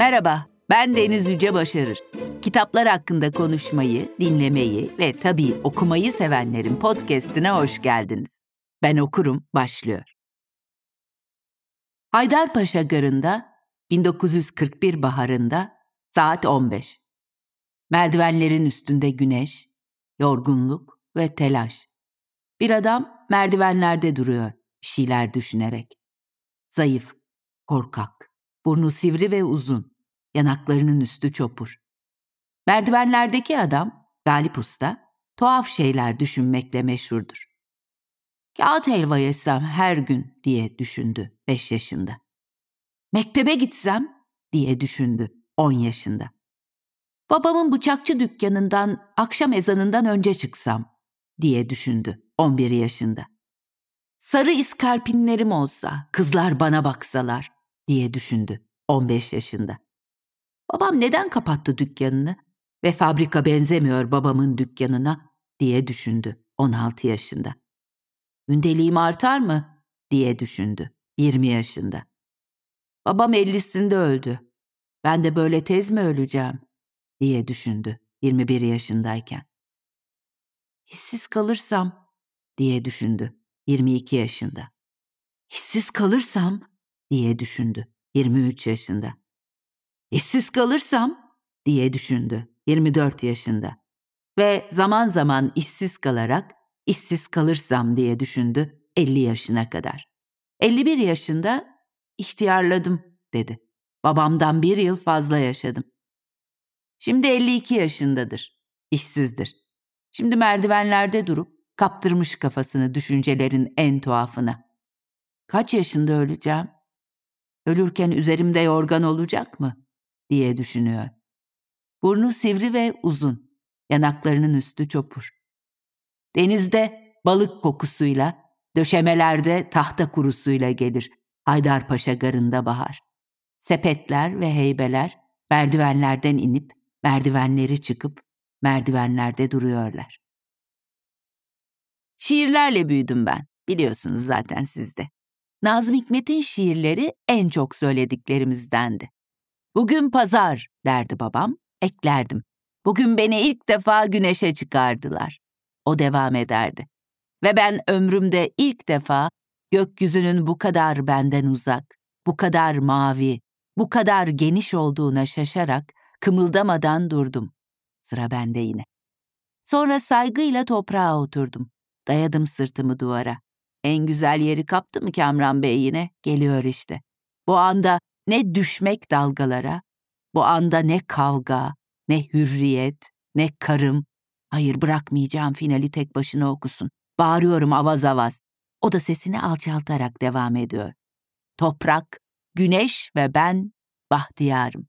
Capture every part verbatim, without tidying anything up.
Merhaba, ben Deniz Yüce Başarır. Kitaplar hakkında konuşmayı, dinlemeyi ve tabii okumayı sevenlerin podcast'ine hoş geldiniz. Ben okurum başlıyor. Haydarpaşa Garı'nda bin dokuz yüz kırk bir baharında saat on beş. Merdivenlerin üstünde güneş, yorgunluk ve telaş. Bir adam merdivenlerde duruyor, bir şeyler düşünerek. Zayıf, korkak, burnu sivri ve uzun, yanaklarının üstü çopur. Merdivenlerdeki adam, Galip Usta, tuhaf şeyler düşünmekle meşhurdur. Kağıt helva yesem her gün diye düşündü beş yaşında. Mektebe gitsem diye düşündü on yaşında. Babamın bıçakçı dükkanından akşam ezanından önce çıksam diye düşündü on bir yaşında. Sarı iskarpinlerim olsa, kızlar bana baksalar diye düşündü on beş yaşında. Babam neden kapattı dükkanını ve fabrika benzemiyor babamın dükkanına diye düşündü on altı yaşında. Gündeliğim artar mı diye düşündü yirmi yaşında. Babam ellisinde öldü. Ben de böyle tez mi öleceğim diye düşündü yirmi bir yaşındayken. Hissiz kalırsam diye düşündü yirmi iki yaşında. Hissiz kalırsam diye düşündü yirmi üç yaşında. İşsiz kalırsam diye düşündü yirmi dört yaşında. Ve zaman zaman işsiz kalarak işsiz kalırsam diye düşündü elli yaşına kadar. elli bir yaşında ihtiyarladım dedi. Babamdan bir yıl fazla yaşadım. Şimdi elli iki yaşındadır. İşsizdir. Şimdi merdivenlerde durup kaptırmış kafasını düşüncelerin en tuhafına. Kaç yaşında öleceğim? Ölürken üzerimde yorgan olacak mı diye düşünüyor. Burnu sivri ve uzun, yanaklarının üstü çopur. Denizde balık kokusuyla, döşemelerde tahta kurusuyla gelir Haydarpaşa Garı'nda bahar. Sepetler ve heybeler merdivenlerden inip merdivenleri çıkıp merdivenlerde duruyorlar. Şiirlerle büyüdüm ben, biliyorsunuz zaten siz de. Nazım Hikmet'in şiirleri en çok söylediklerimizdendi. Bugün pazar derdi babam, eklerdim. Bugün beni ilk defa güneşe çıkardılar. O devam ederdi. Ve ben ömrümde ilk defa gökyüzünün bu kadar benden uzak, bu kadar mavi, bu kadar geniş olduğuna şaşarak kımıldamadan durdum. Sıra bende yine. Sonra saygıyla toprağa oturdum. Dayadım sırtımı duvara. En güzel yeri kaptı mı Kamran Bey yine? Geliyor işte. Bu anda ne düşmek dalgalara, bu anda ne kavga, ne hürriyet, ne karım. Hayır, bırakmayacağım finali tek başına okusun. Bağırıyorum avaz avaz. O da sesini alçaltarak devam ediyor. Toprak, güneş ve ben bahtiyarım.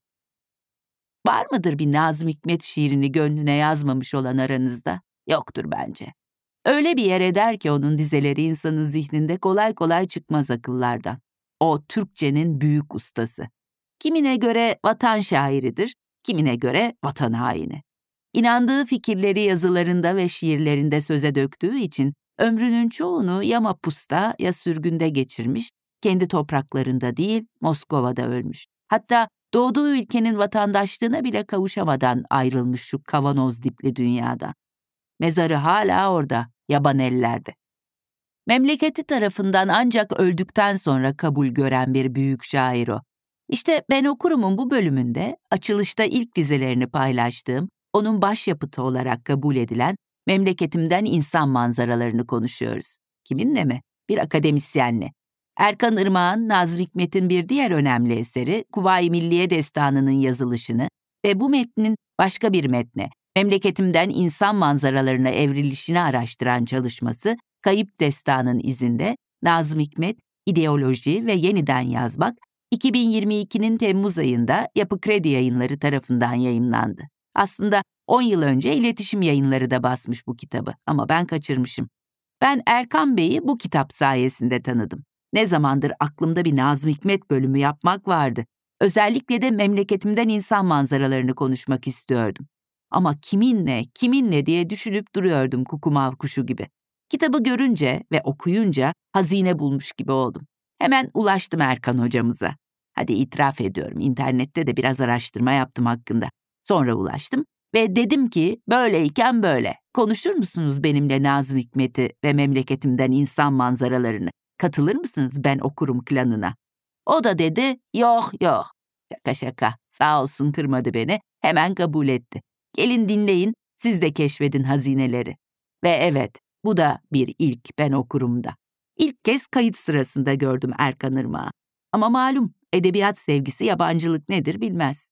Var mıdır bir Nazım Hikmet şiirini gönlüne yazmamış olan aranızda? Yoktur bence. Öyle bir yer eder ki onun dizeleri insanın zihninde kolay kolay çıkmaz akıllardan. O Türkçenin büyük ustası. Kimine göre vatan şairidir, kimine göre vatan haini. İnandığı fikirleri yazılarında ve şiirlerinde söze döktüğü için ömrünün çoğunu ya mapusta ya sürgünde geçirmiş, kendi topraklarında değil Moskova'da ölmüş. Hatta doğduğu ülkenin vatandaşlığına bile kavuşamadan ayrılmış şu kavanoz dipli dünyada. Mezarı hala orada, yaban ellerde. Memleketi tarafından ancak öldükten sonra kabul gören bir büyük şair o. İşte Ben Okurum'un bu bölümünde açılışta ilk dizelerini paylaştığım, onun başyapıtı olarak kabul edilen Memleketimden İnsan Manzaralarını konuşuyoruz. Kiminle mi? Bir akademisyenle. Erkan Irmak'ın Nazım Hikmet'in bir diğer önemli eseri Kuvayi Milliye Destanı'nın yazılışını ve bu metnin başka bir metne, Memleketimden İnsan Manzaralarına evrilişini araştıran çalışması Kayıp Destanın izinde Nazım Hikmet, İdeoloji ve Yeniden Yazmak iki bin yirmi ikinin Temmuz ayında Yapı Kredi Yayınları tarafından yayımlandı. Aslında on yıl önce İletişim Yayınları da basmış bu kitabı ama ben kaçırmışım. Ben Erkan Bey'i bu kitap sayesinde tanıdım. Ne zamandır aklımda bir Nazım Hikmet bölümü yapmak vardı. Özellikle de Memleketimden İnsan Manzaralarını konuşmak istiyordum. Ama kiminle, kiminle diye düşünüp duruyordum kukumav kuşu gibi. Kitabı görünce ve okuyunca hazine bulmuş gibi oldum. Hemen ulaştım Erkan hocamıza. Hadi itiraf ediyorum, internette de biraz araştırma yaptım hakkında. Sonra ulaştım ve dedim ki böyleyken böyle. Konuşur musunuz benimle Nazım Hikmet'i ve memleketimden insan manzaralarını? Katılır mısınız Ben Okurum klanına? O da dedi yok yok. Şaka şaka, sağ olsun kırmadı beni, hemen kabul etti. Gelin dinleyin, siz de keşfedin hazineleri. Ve evet, bu da bir ilk Ben Okurum'da. İlk kez kayıt sırasında gördüm Erkan Irmak'ı. Ama malum, edebiyat sevgisi yabancılık nedir bilmez.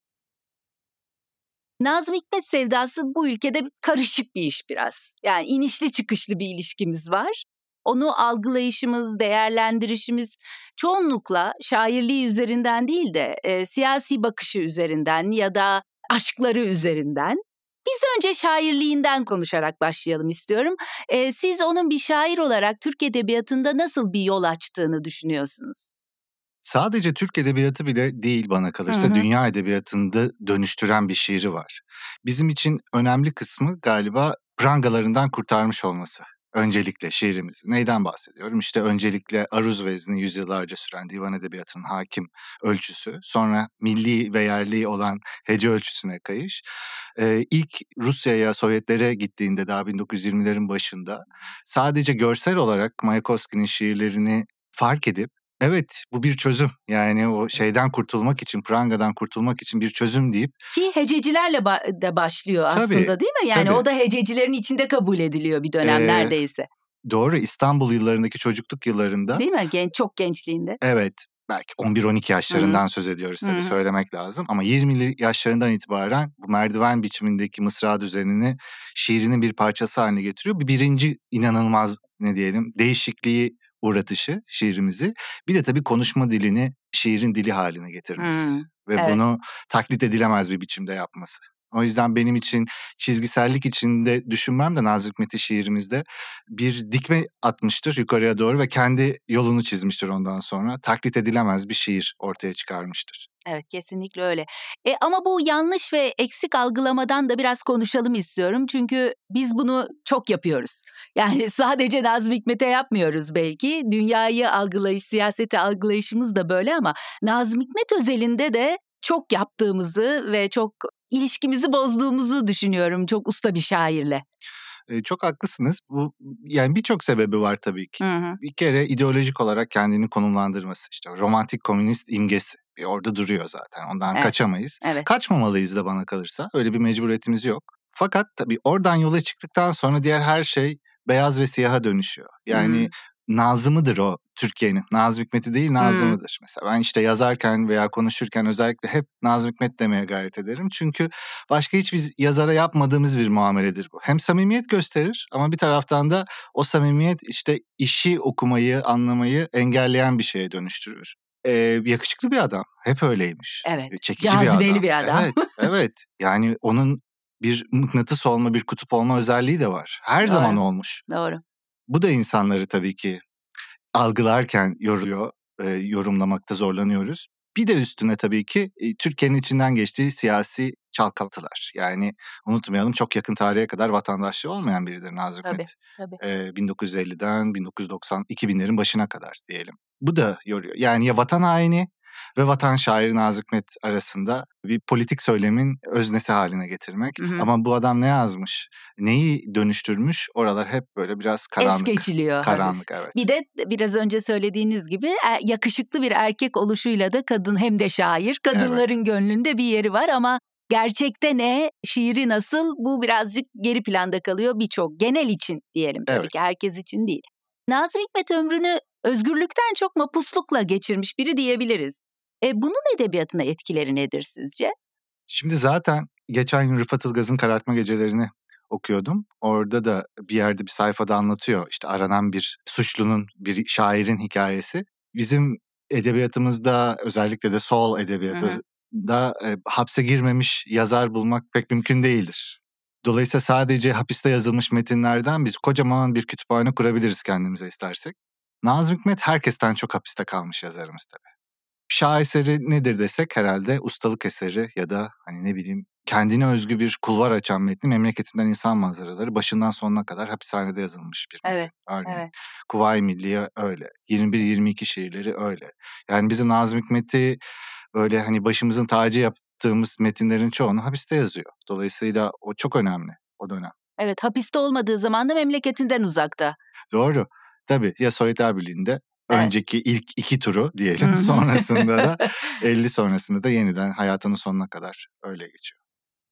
Nazım Hikmet sevdası bu ülkede karışık bir iş biraz. Yani inişli çıkışlı bir ilişkimiz var. Onu algılayışımız, değerlendirişimiz çoğunlukla şairliği üzerinden değil de e, siyasi bakışı üzerinden ya da aşkları üzerinden. Biz önce şairliğinden konuşarak başlayalım istiyorum. E, siz onun bir şair olarak Türk edebiyatında nasıl bir yol açtığını düşünüyorsunuz? Sadece Türk edebiyatı bile değil bana kalırsa, Hı hı. dünya edebiyatında dönüştüren bir şiiri var. Bizim için önemli kısmı galiba prangalarından kurtarmış olması. Öncelikle şiirimizi. Neyden bahsediyorum? İşte öncelikle aruz vezni yüzyıllarca süren divan edebiyatının hakim ölçüsü, sonra milli ve yerli olan hece ölçüsüne kayış. Ee, ilk Rusya'ya, Sovyetlere gittiğinde daha bin dokuz yüz yirmilerin başında sadece görsel olarak Mayakovski'nin şiirlerini fark edip evet bu bir çözüm, yani o şeyden kurtulmak için, prangadan kurtulmak için bir çözüm deyip. Ki hececilerle ba- da başlıyor Tabii, aslında değil mi? Yani tabii. o da hececilerin içinde kabul ediliyor bir dönem Ee, neredeyse. Doğru, İstanbul yıllarındaki çocukluk yıllarında. Değil mi? Genç, çok gençliğinde. Evet, belki on bir on iki yaşlarından Hı-hı. söz ediyoruz tabii, Hı-hı. söylemek lazım. Ama yirmili yaşlarından itibaren bu merdiven biçimindeki mısra düzenini şiirinin bir parçası haline getiriyor. Bir birinci inanılmaz ne diyelim değişikliği uğratışı şiirimizi. Bir de tabii konuşma dilini şiirin dili haline getirmesi. Hmm, Ve evet. bunu taklit edilemez bir biçimde yapması. O yüzden benim için çizgisellik içinde düşünmem de Nazım Hikmet'i şiirimizde bir dikme atmıştır yukarıya doğru ve kendi yolunu çizmiştir ondan sonra. Taklit edilemez bir şiir ortaya çıkarmıştır. Evet, kesinlikle öyle. E, ama bu yanlış ve eksik algılamadan da biraz konuşalım istiyorum. Çünkü biz bunu çok yapıyoruz. Yani sadece Nazım Hikmet'e yapmıyoruz belki. Dünyayı algılayış, siyaseti algılayışımız da böyle ama Nazım Hikmet özelinde de çok yaptığımızı ve çok ilişkimizi bozduğumuzu düşünüyorum çok usta bir şairle. Ee, çok haklısınız. Bu yani birçok sebebi var tabii ki. Hı hı. Bir kere ideolojik olarak kendini konumlandırması, işte romantik komünist imgesi bir orada duruyor zaten. Ondan Evet. kaçamayız. Evet. Kaçmamalıyız da bana kalırsa. Öyle bir mecburiyetimiz yok. Fakat tabii oradan yola çıktıktan sonra diğer her şey beyaz ve siyaha dönüşüyor. Yani Hmm. Nazım'ıdır o Türkiye'nin. Nazım Hikmet'i değil, Nazım'ıdır. Hmm. Mesela ben işte yazarken veya konuşurken özellikle hep Nazım Hikmet demeye gayret ederim. Çünkü başka hiçbir yazara yapmadığımız bir muameledir bu. Hem samimiyet gösterir ama bir taraftan da o samimiyet işte işi okumayı, anlamayı engelleyen bir şeye dönüştürür. Ee, yakışıklı bir adam. Hep öyleymiş. Evet. Çekici Cazibeli bir adam. bir adam. Evet, evet. Yani onun bir mıknatıs olma, bir kutup olma özelliği de var. Her Doğru. zaman olmuş. Doğru. Bu da insanları tabii ki algılarken yoruyor, e, yorumlamakta zorlanıyoruz. Bir de üstüne tabii ki e, Türkiye'nin içinden geçtiği siyasi çalkantılar. Yani unutmayalım, çok yakın tarihe kadar vatandaşlığı olmayan biridir Nazım Hikmet. Tabii, E, bin dokuz yüz elliden bin dokuz yüz doksan iki binlerin başına kadar diyelim. Bu da yoruyor. Yani ya vatan haini ve vatan şairi Nazım Hikmet arasında bir politik söylemin öznesi haline getirmek. Hı hı. Ama bu adam ne yazmış, neyi dönüştürmüş, oralar hep böyle biraz karanlık. Es geçiliyor. Karanlık, hafif. evet. Bir de biraz önce söylediğiniz gibi er, yakışıklı bir erkek oluşuyla da kadın hem de şair. Kadınların evet. gönlünde bir yeri var ama gerçekte ne, şiiri nasıl, bu birazcık geri planda kalıyor birçok. Genel için diyelim tabii evet. ki, herkes için değil. Nazım Hikmet ömrünü özgürlükten çok mapuslukla geçirmiş biri diyebiliriz. E, bunun edebiyatına etkileri nedir sizce? Şimdi zaten geçen gün Rıfat Ilgaz'ın Karartma Gecelerini okuyordum. Orada da bir yerde bir sayfada anlatıyor. İşte aranan bir suçlunun, bir şairin hikayesi. Bizim edebiyatımızda, özellikle de sol edebiyatında e, hapse girmemiş yazar bulmak pek mümkün değildir. Dolayısıyla sadece hapiste yazılmış metinlerden biz kocaman bir kütüphane kurabiliriz kendimize istersek. Nazım Hikmet herkesten çok hapiste kalmış yazarımız tabii. Şaheseri nedir desek herhalde ustalık eseri ya da hani ne bileyim kendine özgü bir kulvar açan metni Memleketinden İnsan Manzaraları başından sonuna kadar hapishanede yazılmış bir metin. Evet, Örneğin evet. Kuvayi Milliye öyle. yirmi bir yirmi iki şiirleri öyle. Yani bizim Nazım Hikmet'i böyle hani başımızın tacı yaptığımız metinlerin çoğunu hapiste yazıyor. Dolayısıyla o çok önemli o dönem. Evet, hapiste olmadığı zaman da memleketinden uzakta. Doğru. Tabii ya Sovyetler Birliği'nde Evet. önceki ilk iki turu diyelim, sonrasında da elli sonrasında da yeniden hayatının sonuna kadar öyle geçiyor.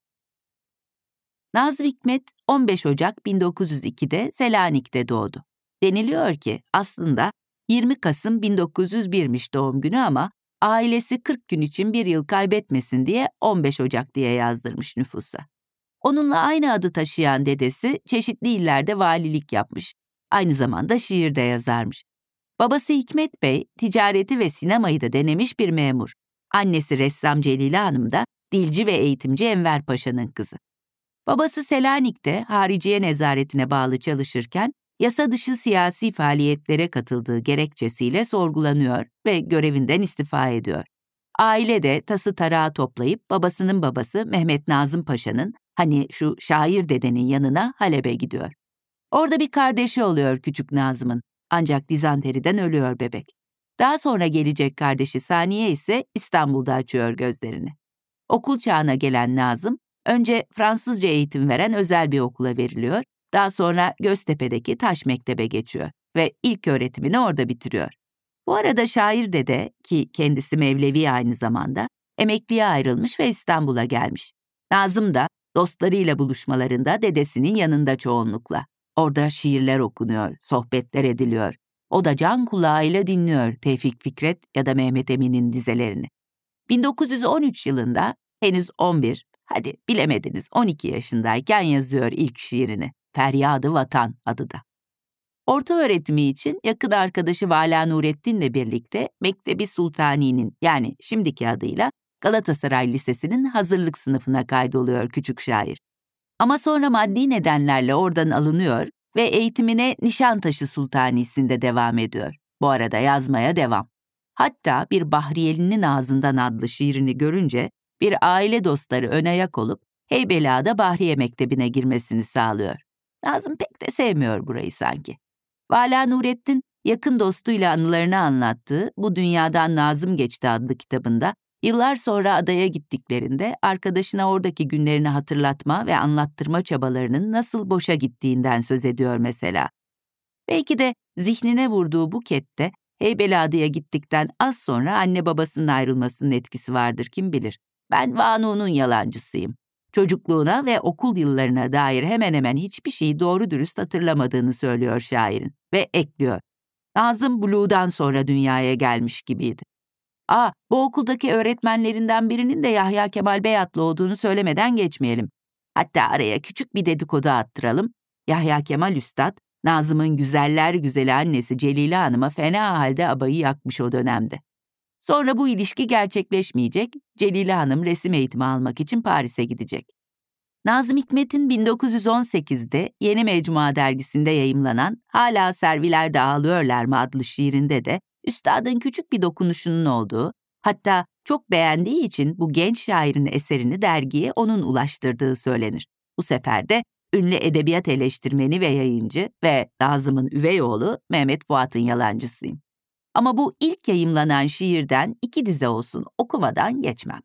Nazım Hikmet on beş Ocak bin dokuz yüz ikide Selanik'te doğdu. Deniliyor ki aslında yirmi Kasım bin dokuz yüz bir'miş doğum günü ama ailesi kırk gün için bir yıl kaybetmesin diye on beş Ocak diye yazdırmış nüfusa. Onunla aynı adı taşıyan dedesi çeşitli illerde valilik yapmış. Aynı zamanda şiir de yazarmış. Babası Hikmet Bey ticareti ve sinemayı da denemiş bir memur. Annesi ressam Celile Hanım da dilci ve eğitimci Enver Paşa'nın kızı. Babası Selanik'te hariciye nezaretine bağlı çalışırken yasa dışı siyasi faaliyetlere katıldığı gerekçesiyle sorgulanıyor ve görevinden istifa ediyor. Aile de tası tarağı toplayıp babasının babası Mehmet Nazım Paşa'nın, hani şu şair dedenin yanına Halep'e gidiyor. Orada bir kardeşi oluyor küçük Nazım'ın, ancak dizanteriden ölüyor bebek. Daha sonra gelecek kardeşi Saniye ise İstanbul'da açıyor gözlerini. Okul çağına gelen Nazım, önce Fransızca eğitim veren özel bir okula veriliyor, daha sonra Göztepe'deki Taş Mektebe'e geçiyor ve ilk öğretimini orada bitiriyor. Bu arada şair dede, ki kendisi Mevlevi aynı zamanda, emekliye ayrılmış ve İstanbul'a gelmiş. Nazım da dostlarıyla buluşmalarında dedesinin yanında çoğunlukla. Orada şiirler okunuyor, sohbetler ediliyor. O da can kulağıyla dinliyor Tevfik Fikret ya da Mehmet Emin'in dizelerini. bin dokuz yüz on üç yılında henüz on bir, hadi bilemediniz on iki yaşındayken yazıyor ilk şiirini. Feryadı Vatan adı da. Orta öğretimi için yakın arkadaşı Vala Nurettin'le birlikte Mektebi Sultani'nin, yani şimdiki adıyla Galatasaray Lisesi'nin hazırlık sınıfına kaydoluyor küçük şair. Ama sonra maddi nedenlerle oradan alınıyor ve eğitimine Nişantaşı Sultanisi'nde devam ediyor. Bu arada yazmaya devam. Hatta bir Bahriyeli'nin ağzından adlı şiirini görünce bir aile dostları ön ayak olup Heybeliada Bahriye Mektebi'ne girmesini sağlıyor. Nazım pek de sevmiyor burayı sanki. Vala Nurettin yakın dostuyla anılarını anlattığı Bu Dünyadan Nazım Geçti adlı kitabında yıllar sonra adaya gittiklerinde arkadaşına oradaki günlerini hatırlatma ve anlattırma çabalarının nasıl boşa gittiğinden söz ediyor mesela. Belki de zihnine vurduğu bukette Heybeliada'ya gittikten az sonra anne babasının ayrılmasının etkisi vardır kim bilir. Ben Vanu'nun yalancısıyım. Çocukluğuna ve okul yıllarına dair hemen hemen hiçbir şeyi doğru dürüst hatırlamadığını söylüyor şairin ve ekliyor. Nazım Bulu'dan sonra dünyaya gelmiş gibiydi. Aa, bu okuldaki öğretmenlerinden birinin de Yahya Kemal Beyatlı olduğunu söylemeden geçmeyelim. Hatta araya küçük bir dedikodu attıralım. Yahya Kemal Üstad, Nazım'ın güzeller güzeli annesi Celile Hanım'a fena halde abayı yakmış o dönemde. Sonra bu ilişki gerçekleşmeyecek, Celile Hanım resim eğitimi almak için Paris'e gidecek. Nazım Hikmet'in bin dokuz yüz on sekizde Yeni Mecmua dergisinde yayımlanan Hala Serviler'de Ağlıyorlar mı adlı şiirinde de üstadın küçük bir dokunuşunun olduğu, hatta çok beğendiği için bu genç şairin eserini dergiye onun ulaştırdığı söylenir. Bu sefer de ünlü edebiyat eleştirmeni ve yayıncı ve Nazım'ın üvey oğlu Mehmet Fuat'ın yalancısıyım. Ama bu ilk yayımlanan şiirden iki dize olsun okumadan geçmem.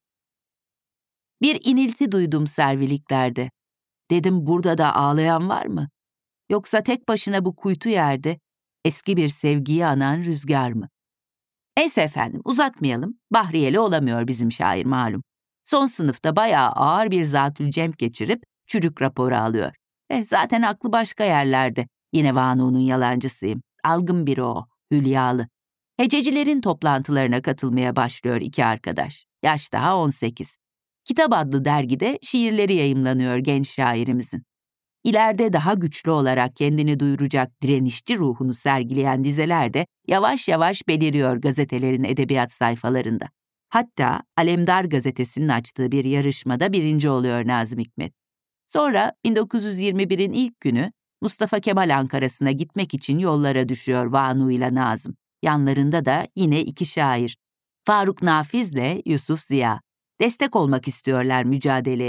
Bir inilti duydum serviliklerde. Dedim burada da ağlayan var mı? Yoksa tek başına bu kuytu yerde eski bir sevgiyi anan rüzgar mı? Neyse efendim uzatmayalım. Bahriyeli olamıyor bizim şair malum. Son sınıfta bayağı ağır bir zatülcemp geçirip çürük raporu alıyor. Eh zaten aklı başka yerlerde. Yine Vanu'nun yalancısıyım. Algın biri o, hülyalı. Hececilerin toplantılarına katılmaya başlıyor iki arkadaş. Yaş daha on sekiz. Kitap adlı dergide şiirleri yayımlanıyor genç şairimizin. İleride daha güçlü olarak kendini duyuracak direnişçi ruhunu sergileyen dizeler de yavaş yavaş beliriyor gazetelerin edebiyat sayfalarında. Hatta Alemdar gazetesinin açtığı bir yarışmada birinci oluyor Nazım Hikmet. Sonra bin dokuz yüz yirmi bir'in ilk günü Mustafa Kemal Ankara'sına gitmek için yollara düşüyor Vanu ile Nazım. Yanlarında da yine iki şair. Faruk Nafiz'le Yusuf Ziya. Destek olmak istiyorlar mücadeleye.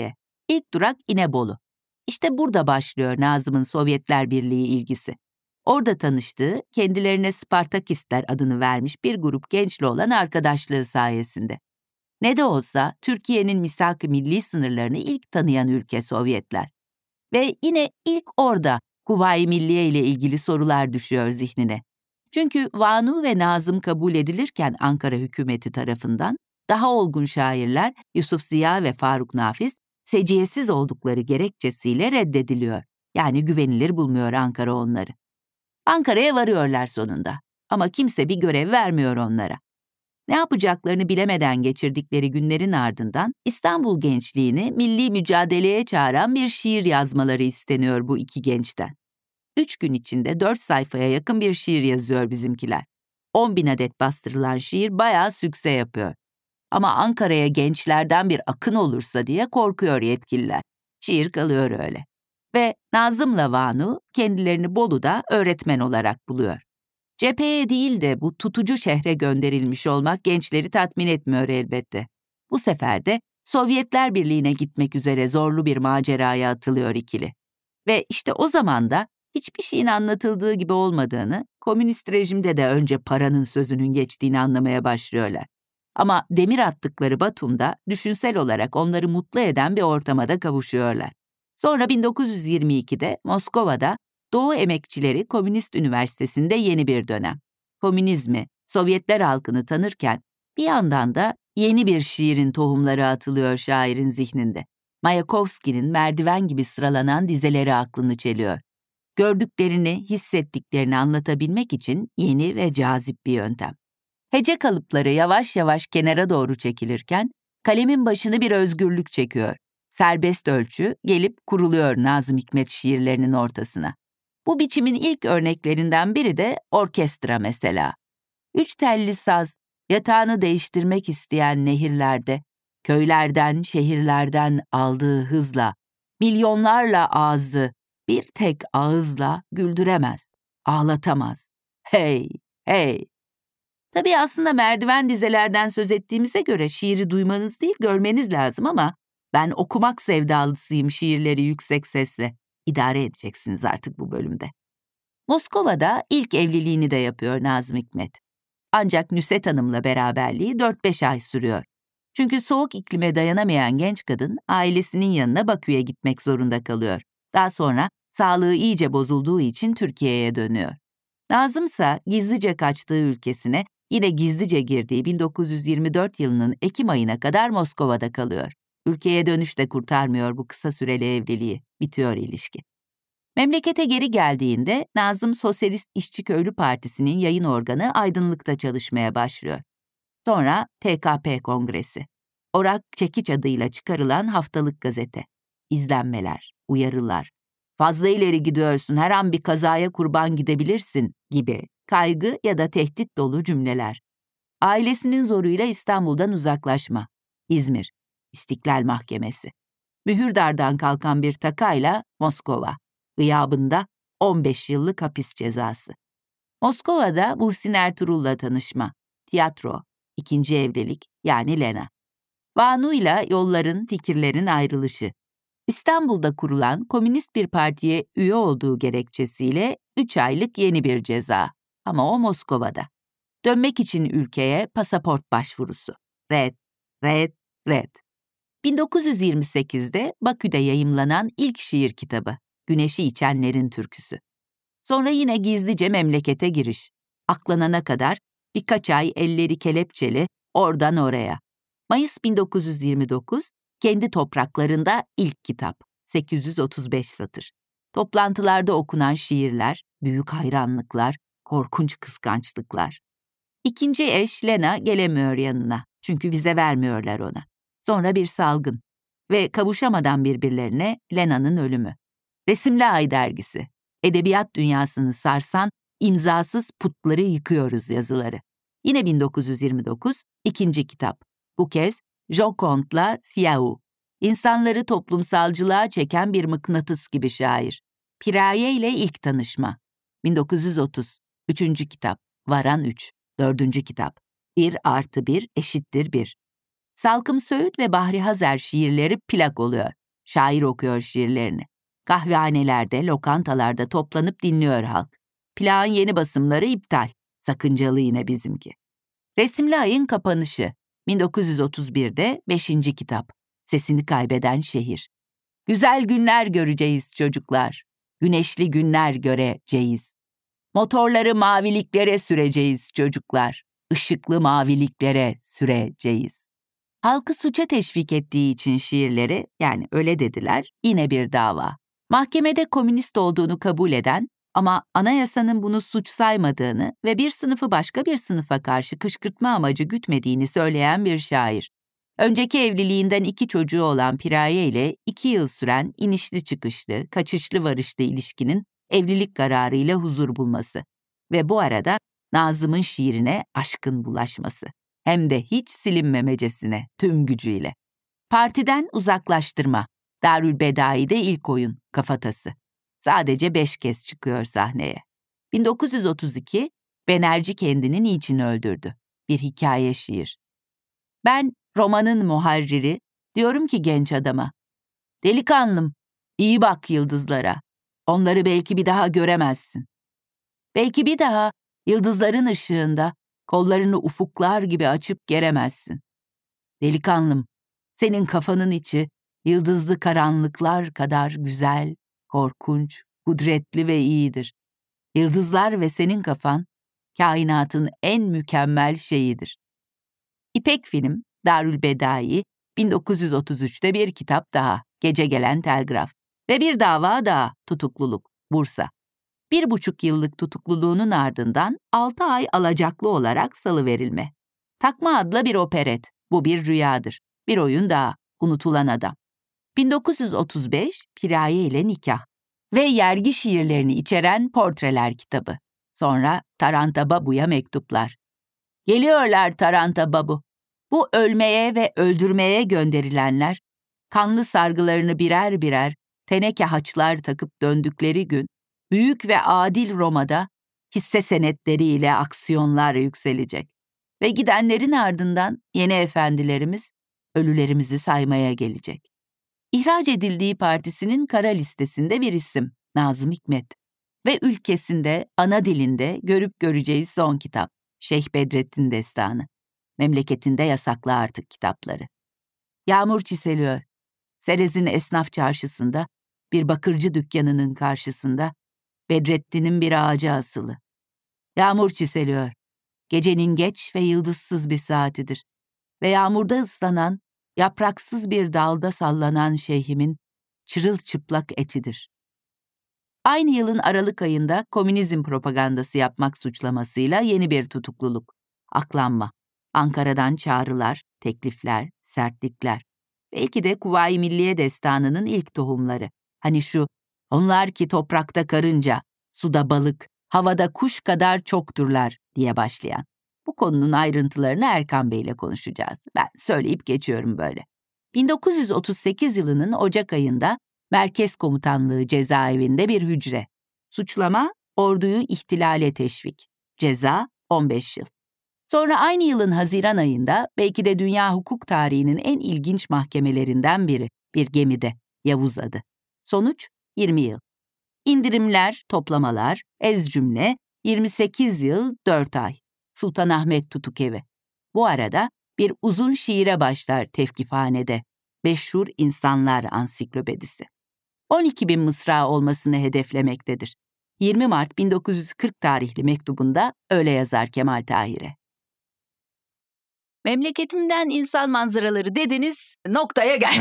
İlk durak İnebolu. İşte burada başlıyor Nazım'ın Sovyetler Birliği ilgisi. Orada tanıştığı, kendilerine Spartakistler adını vermiş bir grup gençle olan arkadaşlığı sayesinde. Ne de olsa Türkiye'nin misak-ı milli sınırlarını ilk tanıyan ülke Sovyetler. Ve yine ilk orada Kuvayi Milliye ile ilgili sorular düşüyor zihnine. Çünkü Vanu ve Nazım kabul edilirken Ankara hükümeti tarafından daha olgun şairler Yusuf Ziya ve Faruk Nafiz seciyesiz oldukları gerekçesiyle reddediliyor. Yani güvenilir bulmuyor Ankara onları. Ankara'ya varıyorlar sonunda ama kimse bir görev vermiyor onlara. Ne yapacaklarını bilemeden geçirdikleri günlerin ardından İstanbul gençliğini milli mücadeleye çağıran bir şiir yazmaları isteniyor bu iki gençten. Üç gün içinde dört sayfaya yakın bir şiir yazıyor bizimkiler. On bin adet bastırılan şiir bayağı sükse yapıyor. Ama Ankara'ya gençlerden bir akın olursa diye korkuyor yetkililer. Şiir kalıyor öyle. Ve Nazım'la Vanu kendilerini Bolu'da öğretmen olarak buluyor. Cepheye değil de bu tutucu şehre gönderilmiş olmak gençleri tatmin etmiyor elbette. Bu sefer de Sovyetler Birliği'ne gitmek üzere zorlu bir maceraya atılıyor ikili. Ve işte o zaman da hiçbir şeyin anlatıldığı gibi olmadığını, komünist rejimde de önce paranın sözünün geçtiğini anlamaya başlıyorlar. Ama demir attıkları Batum'da düşünsel olarak onları mutlu eden bir ortama da kavuşuyorlar. Sonra bin dokuz yüz yirmi ikide Moskova'da Doğu Emekçileri Komünist Üniversitesi'nde yeni bir dönem. Komünizmi, Sovyetler halkını tanırken bir yandan da yeni bir şiirin tohumları atılıyor şairin zihninde. Mayakovski'nin Merdiven gibi sıralanan dizeleri aklını çeliyor. Gördüklerini, hissettiklerini anlatabilmek için yeni ve cazip bir yöntem. Hece kalıpları yavaş yavaş kenara doğru çekilirken kalemin başını bir özgürlük çekiyor. Serbest ölçü gelip kuruluyor Nazım Hikmet şiirlerinin ortasına. Bu biçimin ilk örneklerinden biri de orkestra mesela. Üç telli saz, yatağını değiştirmek isteyen nehirlerde, köylerden, şehirlerden aldığı hızla, milyonlarla ağzı bir tek ağızla güldüremez, ağlatamaz. Hey, hey! Tabii aslında merdiven dizelerden söz ettiğimize göre şiiri duymanız değil, görmeniz lazım ama ben okumak sevdalısıyım şiirleri yüksek sesle. İdare edeceksiniz artık bu bölümde. Moskova'da ilk evliliğini de yapıyor Nazım Hikmet. Ancak Nüset Hanım'la beraberliği dört beş ay sürüyor. Çünkü soğuk iklime dayanamayan genç kadın ailesinin yanına Bakü'ye gitmek zorunda kalıyor. Daha sonra sağlığı iyice bozulduğu için Türkiye'ye dönüyor. Nazımsa gizlice kaçtığı ülkesine yine gizlice girdiği bin dokuz yüz yirmi dört yılının Ekim ayına kadar Moskova'da kalıyor. Ülkeye dönüş de kurtarmıyor bu kısa süreli evliliği. Bitiyor ilişki. Memlekete geri geldiğinde Nazım Sosyalist İşçi Köylü Partisi'nin yayın organı Aydınlık'ta çalışmaya başlıyor. Sonra T K P Kongresi. Orak Çekiç adıyla çıkarılan haftalık gazete. İzlenmeler, uyarılar. Fazla ileri gidiyorsun, her an bir kazaya kurban gidebilirsin gibi kaygı ya da tehdit dolu cümleler. Ailesinin zoruyla İstanbul'dan uzaklaşma. İzmir, İstiklal Mahkemesi. Mühürdar'dan kalkan bir takayla Moskova. Gıyabında on beş yıllık hapis cezası. Moskova'da Muhsin Ertuğrul'la tanışma. Tiyatro, ikinci evlilik yani Lena. Vanu'yla yolların, fikirlerin ayrılışı. İstanbul'da kurulan komünist bir partiye üye olduğu gerekçesiyle üç aylık yeni bir ceza. Ama o Moskova'da. Dönmek için ülkeye pasaport başvurusu. Red, red, red. bin dokuz yüz yirmi sekizde Bakü'de yayımlanan ilk şiir kitabı. Güneşi içenlerin türküsü. Sonra yine gizlice memlekete giriş. Aklanana kadar birkaç ay elleri kelepçeli oradan oraya. Mayıs bin dokuz yüz yirmi dokuz, kendi topraklarında ilk kitap. sekiz yüz otuz beş satır. Toplantılarda okunan şiirler, büyük hayranlıklar, korkunç kıskançlıklar. İkinci eş Lena gelemiyor yanına. Çünkü vize vermiyorlar ona. Sonra bir salgın. Ve kavuşamadan birbirlerine Lena'nın ölümü. Resimli Ay dergisi. Edebiyat dünyasını sarsan imzasız putları yıkıyoruz yazıları. Yine bin dokuz yüz yirmi dokuz, ikinci kitap. Bu kez Joconde'la Siyahou. İnsanları toplumsalcılığa çeken bir mıknatıs gibi şair. Piraye ile ilk tanışma. bin dokuz yüz otuz, üçüncü kitap. Varan üç, dördüncü kitap. Bir artı bir eşittir bir. Salkım Söğüt ve Bahri Hazer şiirleri plak oluyor. Şair okuyor şiirlerini. Kahvehanelerde, lokantalarda toplanıp dinliyor halk. Plağın yeni basımları iptal. Sakıncalı yine bizimki. Resimli Ayın Kapanışı. bin dokuz yüz otuz birde beşinci kitap. Sesini kaybeden şehir. Güzel günler göreceğiz çocuklar. Güneşli günler göreceğiz. Motorları maviliklere süreceğiz çocuklar. Işıklı maviliklere süreceğiz. Halkı suça teşvik ettiği için şiirleri, yani öyle dediler, yine bir dava. Mahkemede komünist olduğunu kabul eden ama anayasanın bunu suç saymadığını ve bir sınıfı başka bir sınıfa karşı kışkırtma amacı gütmediğini söyleyen bir şair. Önceki evliliğinden iki çocuğu olan Piraye ile iki yıl süren inişli çıkışlı, kaçışlı varışlı ilişkinin evlilik kararıyla huzur bulması ve bu arada Nazım'ın şiirine aşkın bulaşması. Hem de hiç silinmemecesine, tüm gücüyle. Partiden uzaklaştırma. Darülbedai'de ilk oyun, kafatası. Sadece beş kez çıkıyor sahneye. bin dokuz yüz otuz iki, Benerci kendini niçin öldürdü? Bir hikaye şiir. Ben, romanın muharriri, diyorum ki genç adama, delikanlım, iyi bak yıldızlara. Onları belki bir daha göremezsin. Belki bir daha yıldızların ışığında kollarını ufuklar gibi açıp geremezsin. Delikanlım, senin kafanın içi yıldızlı karanlıklar kadar güzel, korkunç, kudretli ve iyidir. Yıldızlar ve senin kafan, kainatın en mükemmel şeyidir. İpek Film, Darülbedai, bin dokuz yüz otuz üçte bir kitap daha, Gece Gelen Telgraf ve bir dava daha, tutukluluk, Bursa. Bir buçuk yıllık tutukluluğunun ardından altı ay alacaklı olarak salıverilme. Takma adla bir operet, bu bir rüyadır. Bir oyun daha, Unutulan Adam. bin dokuz yüz otuz beş, Piraye ile Nikah ve yergi şiirlerini içeren Portreler kitabı. Sonra Taranta Babu'ya mektuplar. Geliyorlar Taranta Babu. Bu ölmeye ve öldürmeye gönderilenler, kanlı sargılarını birer birer teneke haçlar takıp döndükleri gün, büyük ve adil Roma'da hisse senetleriyle aksiyonlar yükselecek. Ve gidenlerin ardından yeni efendilerimiz ölülerimizi saymaya gelecek. İhraç edildiği partisinin kara listesinde bir isim, Nazım Hikmet. Ve ülkesinde, ana dilinde görüp göreceğiz son kitap, Şeyh Bedrettin Destanı. Memleketinde yasaklı artık kitapları. Yağmur çiseliyor. Serez'in esnaf çarşısında, bir bakırcı dükkanının karşısında, Bedrettin'in bir ağacı asılı. Yağmur çiseliyor. Gecenin geç ve yıldızsız bir saatidir. Ve yağmurda ıslanan, yapraksız bir dalda sallanan şeyhimin çırılçıplak etidir. Aynı yılın Aralık ayında komünizm propagandası yapmak suçlamasıyla yeni bir tutukluluk. Aklanma. Ankara'dan çağrılar, teklifler, sertlikler. Belki de Kuvayi Milliye Destanı'nın ilk tohumları. Hani şu, onlar ki toprakta karınca, suda balık, havada kuş kadar çokturlar diye başlayan. Bu konunun ayrıntılarını Erkan Bey ile konuşacağız. Ben söyleyip geçiyorum böyle. bin dokuz yüz otuz sekiz yılının Ocak ayında Merkez Komutanlığı cezaevinde bir hücre. Suçlama, orduyu ihtilale teşvik. Ceza, on beş yıl. Sonra aynı yılın Haziran ayında belki de dünya hukuk tarihinin en ilginç mahkemelerinden biri, bir gemide, Yavuz adı. Sonuç, yirmi yıl. İndirimler, toplamalar, ez cümle, yirmi sekiz yıl, dört ay. Sultanahmet Tutukevi. Bu arada bir uzun şiire başlar tevkifhanede. Meşhur İnsanlar Ansiklopedisi. on iki bin mısra olmasını hedeflemektedir. yirmi Mart bin dokuz yüz kırk tarihli mektubunda öyle yazar Kemal Tahir'e. Memleketimden insan manzaraları dediniz, noktaya gel.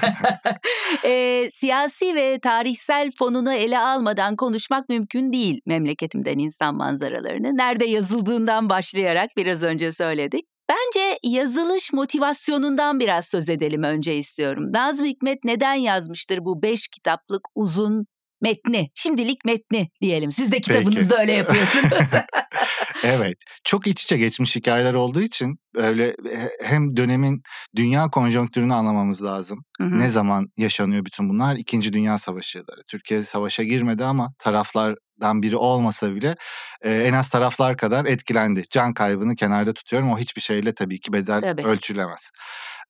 e, siyasi ve tarihsel fonunu ele almadan konuşmak mümkün değil memleketimden insan manzaralarını. Nerede yazıldığından başlayarak biraz önce söyledik. Bence yazılış motivasyonundan biraz söz edelim önce istiyorum. Nazım Hikmet neden yazmıştır bu beş kitaplık uzun metni? Şimdilik metni diyelim. Siz de kitabınızda öyle yapıyorsunuz. Evet. Çok iç içe geçmiş hikayeler olduğu için öyle hem dönemin dünya konjonktürünü anlamamız lazım. Hı hı. Ne zaman yaşanıyor bütün bunlar? İkinci Dünya Savaşı yılları. Türkiye savaşa girmedi ama taraflardan biri olmasa bile e, en az taraflar kadar etkilendi. Can kaybını kenarda tutuyorum. O hiçbir şeyle tabii ki bedel tabii. ölçülemez. Ee,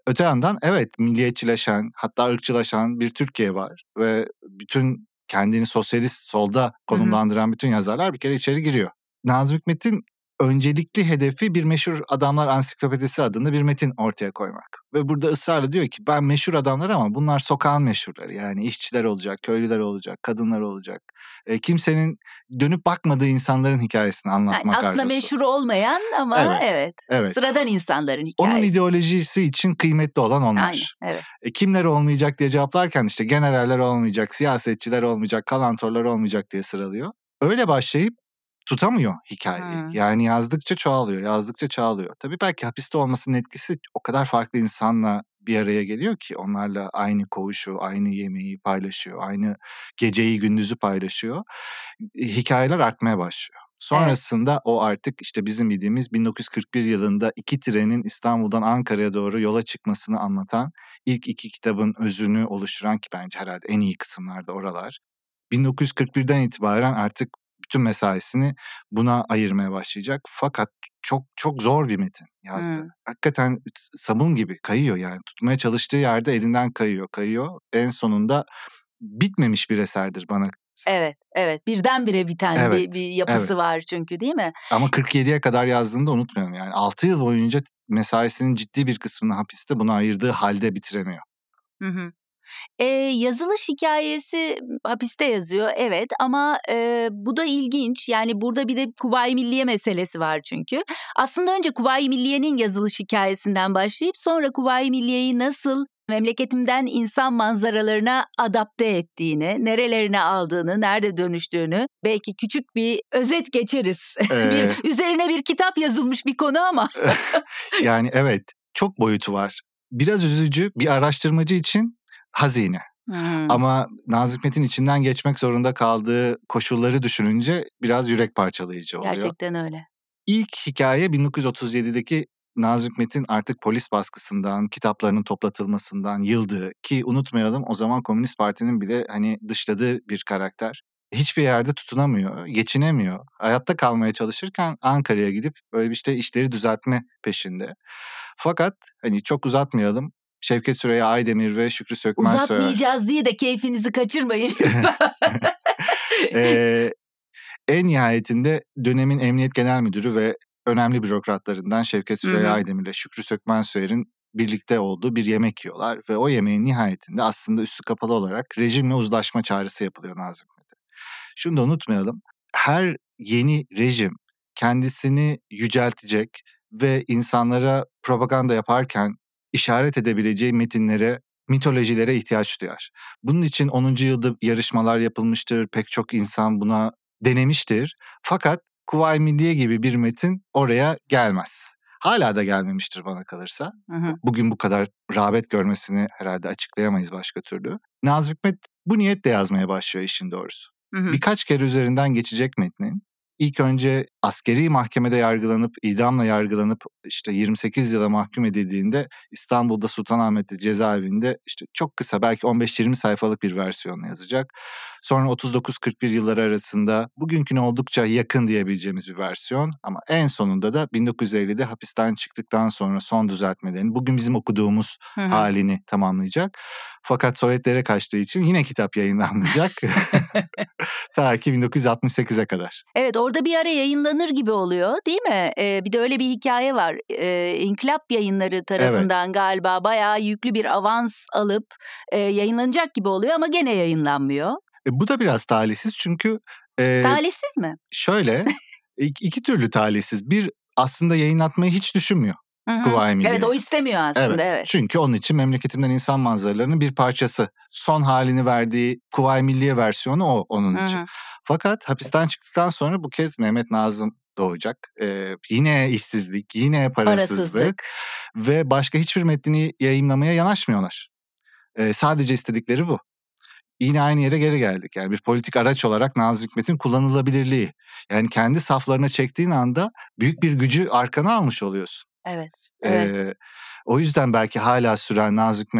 öte yandan evet milliyetçileşen, hatta ırkçılaşan bir Türkiye var ve bütün kendini sosyalist solda konumlandıran bütün yazarlar bir kere içeri giriyor. Nazım Hikmet'in öncelikli hedefi bir meşhur adamlar ansiklopedisi adında bir metin ortaya koymak. Ve burada ısrarla diyor ki ben meşhur adamlar ama bunlar sokağın meşhurları. Yani işçiler olacak, köylüler olacak, kadınlar olacak. E, kimsenin dönüp bakmadığı insanların hikayesini anlatmak yani aslında arzusu. meşhur olmayan ama Evet, evet, evet. sıradan insanların hikayesi. Onun ideolojisi için kıymetli olan onlar. Aynen, evet. E, kimler olmayacak diye cevaplarken işte generaller olmayacak, siyasetçiler olmayacak, kalantorlar olmayacak diye sıralıyor. Öyle başlayıp tutamıyor hikayeyi. Hmm. Yani yazdıkça çoğalıyor, yazdıkça çoğalıyor. Tabii belki hapiste olmasının etkisi o kadar farklı insanla bir araya geliyor ki onlarla aynı koğuşu, aynı yemeği paylaşıyor, aynı geceyi gündüzü paylaşıyor. Hikayeler artmaya başlıyor. Sonrasında evet. O artık işte bizim bildiğimiz bin dokuz yüz kırk bir yılında iki trenin İstanbul'dan Ankara'ya doğru yola çıkmasını anlatan ilk iki kitabın özünü oluşturan ki bence herhalde en iyi kısımlarda oralar. bin dokuz yüz kırk birden itibaren artık bütün mesaisini buna ayırmaya başlayacak. Fakat çok çok zor bir metin yazdı. Hmm. Hakikaten sabun gibi kayıyor yani. Tutmaya çalıştığı yerde elinden kayıyor, kayıyor. En sonunda bitmemiş bir eserdir bana. Evet, evet. Birdenbire biten evet, bir, bir yapısı evet. var çünkü değil mi? Ama kırk yediye kadar yazdığını da unutmayalım yani. altı yıl boyunca mesaisinin ciddi bir kısmını hapiste buna ayırdığı halde bitiremiyor. Hı hı. E, yazılış hikayesi hapiste yazıyor evet ama e, bu da ilginç yani burada bir de Kuvayi Milliye meselesi var çünkü. Aslında önce Kuvayi Milliye'nin yazılış hikayesinden başlayıp sonra Kuvayi Milliye'yi nasıl memleketimden insan manzaralarına adapte ettiğini, nerelerine aldığını, nerede dönüştüğünü belki küçük bir özet geçeriz. Ee... bir, üzerine bir kitap yazılmış bir konu ama. Yani evet çok boyutu var. Biraz üzücü bir araştırmacı için hazine. Hmm. Ama Nazım Hikmet'in içinden geçmek zorunda kaldığı koşulları düşününce biraz yürek parçalayıcı oluyor. Gerçekten öyle. İlk hikaye bin dokuz yüz otuz yedideki Nazım Hikmet'in artık polis baskısından, kitaplarının toplatılmasından yıldığı ki unutmayalım o zaman Komünist Parti'nin bile hani dışladığı bir karakter. Hiçbir yerde tutunamıyor, geçinemiyor. Hayatta kalmaya çalışırken Ankara'ya gidip böyle işte işleri düzeltme peşinde. Fakat hani çok uzatmayalım. Şevket Süreyya Aydemir ve Şükrü Sökmen Soyer. Uzatmayacağız diye de keyfinizi kaçırmayın. ee, en nihayetinde dönemin Emniyet Genel Müdürü ve önemli bürokratlarından Şevket Süreyya Aydemir ile Şükrü Sökmen Soyer'in birlikte olduğu bir yemek yiyorlar. Ve o yemeğin nihayetinde aslında üstü kapalı olarak rejimle uzlaşma çağrısı yapılıyor Nazım Hikmet'e. Şunu da unutmayalım. Her yeni rejim kendisini yüceltecek ve insanlara propaganda yaparken işaret edebileceği metinlere, mitolojilere ihtiyaç duyar. Bunun için onuncu yılda yarışmalar yapılmıştır. Pek çok insan buna denemiştir. Fakat Kuvayi Milliye gibi bir metin oraya gelmez. Hala da gelmemiştir bana kalırsa. Hı hı. Bugün bu kadar rağbet görmesini herhalde açıklayamayız başka türlü. Nazım Hikmet bu niyetle yazmaya başlıyor işin doğrusu. Hı hı. Birkaç kere üzerinden geçecek metnin. İlk önce askeri mahkemede yargılanıp, idamla yargılanıp işte yirmi sekiz yıla mahkum edildiğinde İstanbul'da Sultanahmet'te cezaevinde işte çok kısa belki on beş yirmi sayfalık bir versiyonu yazacak. Sonra otuz dokuz kırk bir yılları arasında bugünküne oldukça yakın diyebileceğimiz bir versiyon. Ama en sonunda da bin dokuz yüz ellide hapisten çıktıktan sonra son düzeltmelerini, bugün bizim okuduğumuz hı hı. halini tamamlayacak. Fakat Sovyetlere kaçtığı için yine kitap yayınlanmayacak. Ta ki bin dokuz yüz altmış sekize kadar. Evet orada bir ara yayınlanır gibi oluyor değil mi? Ee, bir de öyle bir hikaye var. Ee, İnkılap Yayınları tarafından evet. galiba bayağı yüklü bir avans alıp e, yayınlanacak gibi oluyor ama gene yayınlanmıyor. E, bu da biraz talihsiz çünkü... E, talihsiz mi? Şöyle iki, iki türlü talihsiz. Bir aslında yayınlatmayı hiç düşünmüyor. Kuvayi Milliye. Evet o istemiyor aslında evet. evet. Çünkü onun için memleketimden insan manzaralarının bir parçası. Son halini verdiği Kuvayi Milliye versiyonu o onun için. Hı hı. Fakat hapisten çıktıktan sonra bu kez Mehmet Nazım doğacak. Ee, yine işsizlik, yine parasızlık. parasızlık. Ve başka hiçbir metnini yayınlamaya yanaşmıyorlar. Ee, sadece istedikleri bu. Yine aynı yere geri geldik. Yani bir politik araç olarak Nazım Hikmet'in kullanılabilirliği. Yani kendi saflarına çektiğin anda büyük bir gücü arkana almış oluyorsun. Evet. evet. Ee, o yüzden belki hala süren Nazım Hikmet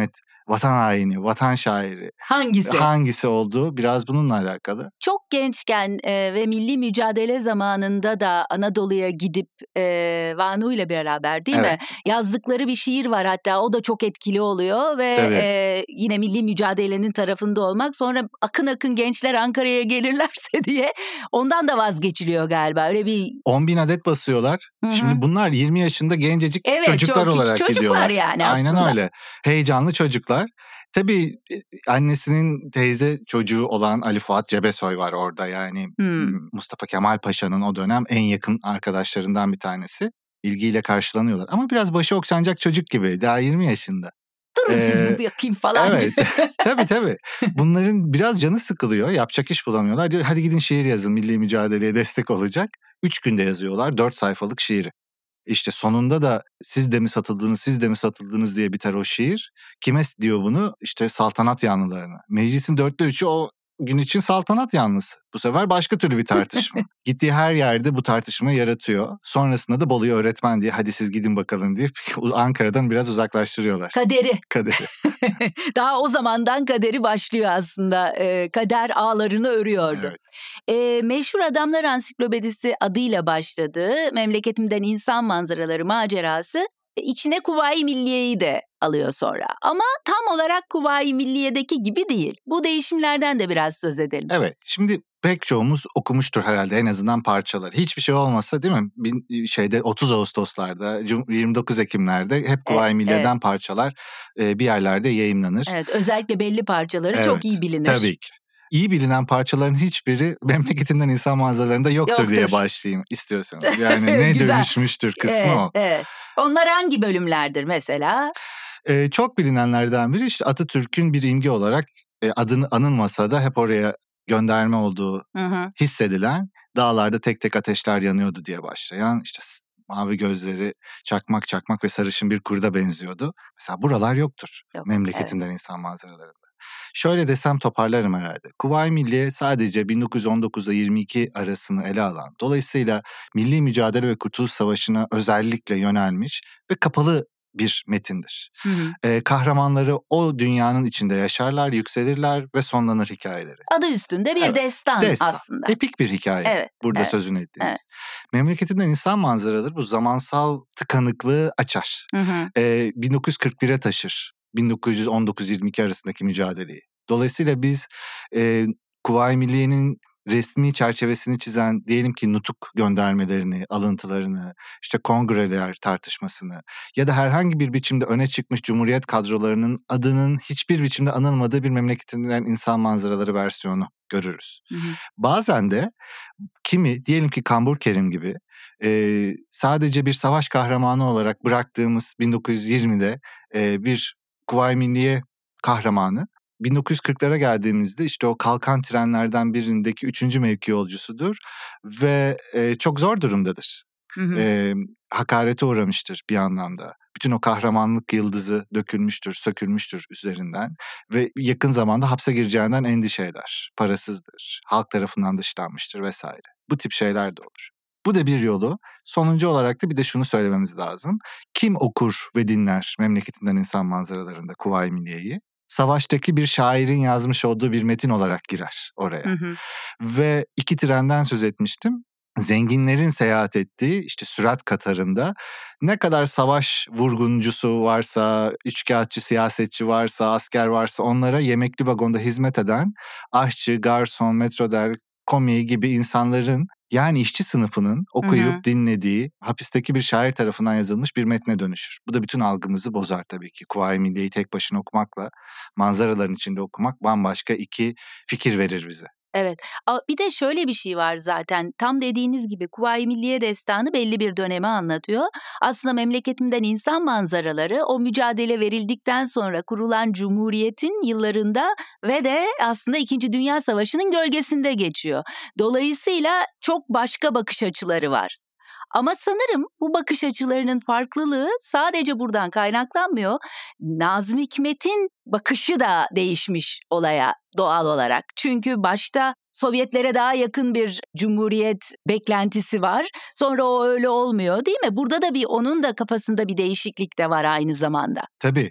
vatan haini, vatan şairi Hangisi? hangisi olduğu biraz bununla alakalı. Çok gençken e, ve milli mücadele zamanında da Anadolu'ya gidip e, Vanu ile beraber değil Evet. mi? Yazdıkları bir şiir var, hatta o da çok etkili oluyor ve e, yine milli mücadelenin tarafında olmak. Sonra akın akın gençler Ankara'ya gelirlerse diye ondan da vazgeçiliyor galiba. Öyle bir on bin adet basıyorlar. Hı hı. Şimdi bunlar yirmi yaşında gencecik Evet, çocuklar çok- olarak çocuklar gidiyorlar. yani Aynen aslında. öyle. Heyecanlı çocuklar. Tabii annesinin teyze çocuğu olan Ali Fuat Cebesoy var orada. Yani Hmm. Mustafa Kemal Paşa'nın o dönem en yakın arkadaşlarından bir tanesi. İlgiyle karşılanıyorlar. Ama biraz başı okşanacak çocuk gibi. Daha yirmi yaşında. Durun Ee, siz bir bakayım falan. Evet. tabii tabii. Bunların biraz canı sıkılıyor. Yapacak iş bulamıyorlar. Diyor hadi gidin şiir yazın. Milli mücadeleye destek olacak. Üç günde yazıyorlar. Dört sayfalık şiiri. İşte sonunda da siz de mi satıldınız, siz de mi satıldınız diye biter o şiir. Kime diyor bunu? İşte saltanat yanlılarına. Meclisin dörtte üçü o gün için saltanat yanlısı. Bu sefer başka türlü bir tartışma. Gittiği her yerde bu tartışma yaratıyor. Sonrasında da Bolu'ya öğretmen diye hadi siz gidin bakalım deyip Ankara'dan biraz uzaklaştırıyorlar. Kaderi. Kaderi. Daha o zamandan kaderi başlıyor aslında. E, kader ağlarını örüyordu. Evet. E, Meşhur Adamlar Ansiklopedisi adıyla başladı. Memleketimden insan manzaraları macerası e, içine Kuvayi Milliye'yi de alıyor sonra. Ama tam olarak Kuvayi Milliye'deki gibi değil. Bu değişimlerden de biraz söz edelim. Evet. Şimdi pek çoğumuz okumuştur herhalde en azından parçaları. Hiçbir şey olmasa değil mi? Bir şeyde otuz Ağustos'larda, yirmi dokuz Ekim'lerde hep Kuvayi Evet, Milliye'den evet. parçalar e, bir yerlerde yayımlanır. Evet, özellikle belli parçaları Evet, çok iyi bilinir. Tabii ki. İyi bilinen parçaların hiçbiri memleketinden insan manzaralarında yoktur, Yoktur. diye başlayayım istiyorsanız. Yani ne Güzel. dönüşmüştür kısmı Evet, o. evet. Onlar hangi bölümlerdir mesela? Ee, çok bilinenlerden biri işte Atatürk'ün bir imge olarak e, adını anılmasa da hep oraya gönderme olduğu Hı hı. hissedilen dağlarda tek tek ateşler yanıyordu diye başlayan işte mavi gözleri çakmak çakmak ve sarışın bir kurda benziyordu. Mesela buralar yoktur Yok, memleketinden evet. insan manzaralarında. Şöyle desem toparlarım herhalde. Kuvayi Milliye sadece bin dokuz yüz on dokuzla yirmi iki arasını ele alan, dolayısıyla milli mücadele ve Kurtuluş Savaşı'na özellikle yönelmiş ve kapalı bir metindir. Hı hı. Ee, kahramanları o dünyanın içinde yaşarlar, yükselirler ve sonlanır hikayeleri. Adı üstünde bir Evet, destan, destan aslında. Epik bir hikaye Evet, burada evet, sözünü ettiğimiz. evet. Memleketinden insan manzaraları bu zamansal tıkanıklığı açar. Hı hı. Ee, bin dokuz yüz kırk bire taşır bin dokuz yüz on dokuz yirmi iki arasındaki mücadeleyi. Dolayısıyla biz e, Kuvayi Milliye'nin resmi çerçevesini çizen diyelim ki nutuk göndermelerini, alıntılarını, işte kongreler tartışmasını ya da herhangi bir biçimde öne çıkmış Cumhuriyet kadrolarının adının hiçbir biçimde anılmadığı bir memleketinden insan manzaraları versiyonu görürüz. Hı hı. Bazen de kimi diyelim ki Kambur Kerim gibi e, sadece bir savaş kahramanı olarak bıraktığımız bin dokuz yüz yirmide e, bir Kuvayi Milliye kahramanı bin dokuz yüz kırklara geldiğimizde işte o kalkan trenlerden birindeki üçüncü mevki yolcusudur ve e, çok zor durumdadır. Hı hı. E, hakarete uğramıştır bir anlamda. Bütün o kahramanlık yıldızı dökülmüştür, sökülmüştür üzerinden ve yakın zamanda hapse gireceğinden endişe eder. Parasızdır, halk tarafından dışlanmıştır vesaire. Bu tip şeyler de olur. Bu da bir yolu. Sonuncu olarak da bir de şunu söylememiz lazım. Kim okur ve dinler memleketinden insan manzaralarında Kuvayi Milliye'yi? Savaştaki bir şairin yazmış olduğu bir metin olarak girer oraya. Hı hı. Ve iki trenden söz etmiştim. Zenginlerin seyahat ettiği işte sürat katarında ne kadar savaş vurguncusu varsa, üçkağıtçı siyasetçi varsa, asker varsa onlara yemekli vagonda hizmet eden aşçı, garson, metrodel, komi gibi insanların yani işçi sınıfının okuyup Hı hı. dinlediği hapisteki bir şair tarafından yazılmış bir metne dönüşür. Bu da bütün algımızı bozar tabii ki. Kuvayi Milliye'yi tek başına okumakla manzaraların içinde okumak bambaşka iki fikir verir bize. Evet. Bir de şöyle bir şey var zaten. Tam dediğiniz gibi Kuvayi Milliye destanı belli bir dönemi anlatıyor. Aslında memleketimden insan manzaraları o mücadele verildikten sonra kurulan Cumhuriyet'in yıllarında ve de aslında İkinci Dünya Savaşı'nın gölgesinde geçiyor. Dolayısıyla çok başka bakış açıları var. Ama sanırım bu bakış açılarının farklılığı sadece buradan kaynaklanmıyor. Nazım Hikmet'in bakışı da değişmiş olaya doğal olarak. Çünkü başta Sovyetlere daha yakın bir cumhuriyet beklentisi var. Sonra o öyle olmuyor değil mi? Burada da bir onun da kafasında bir değişiklik de var aynı zamanda. Tabii.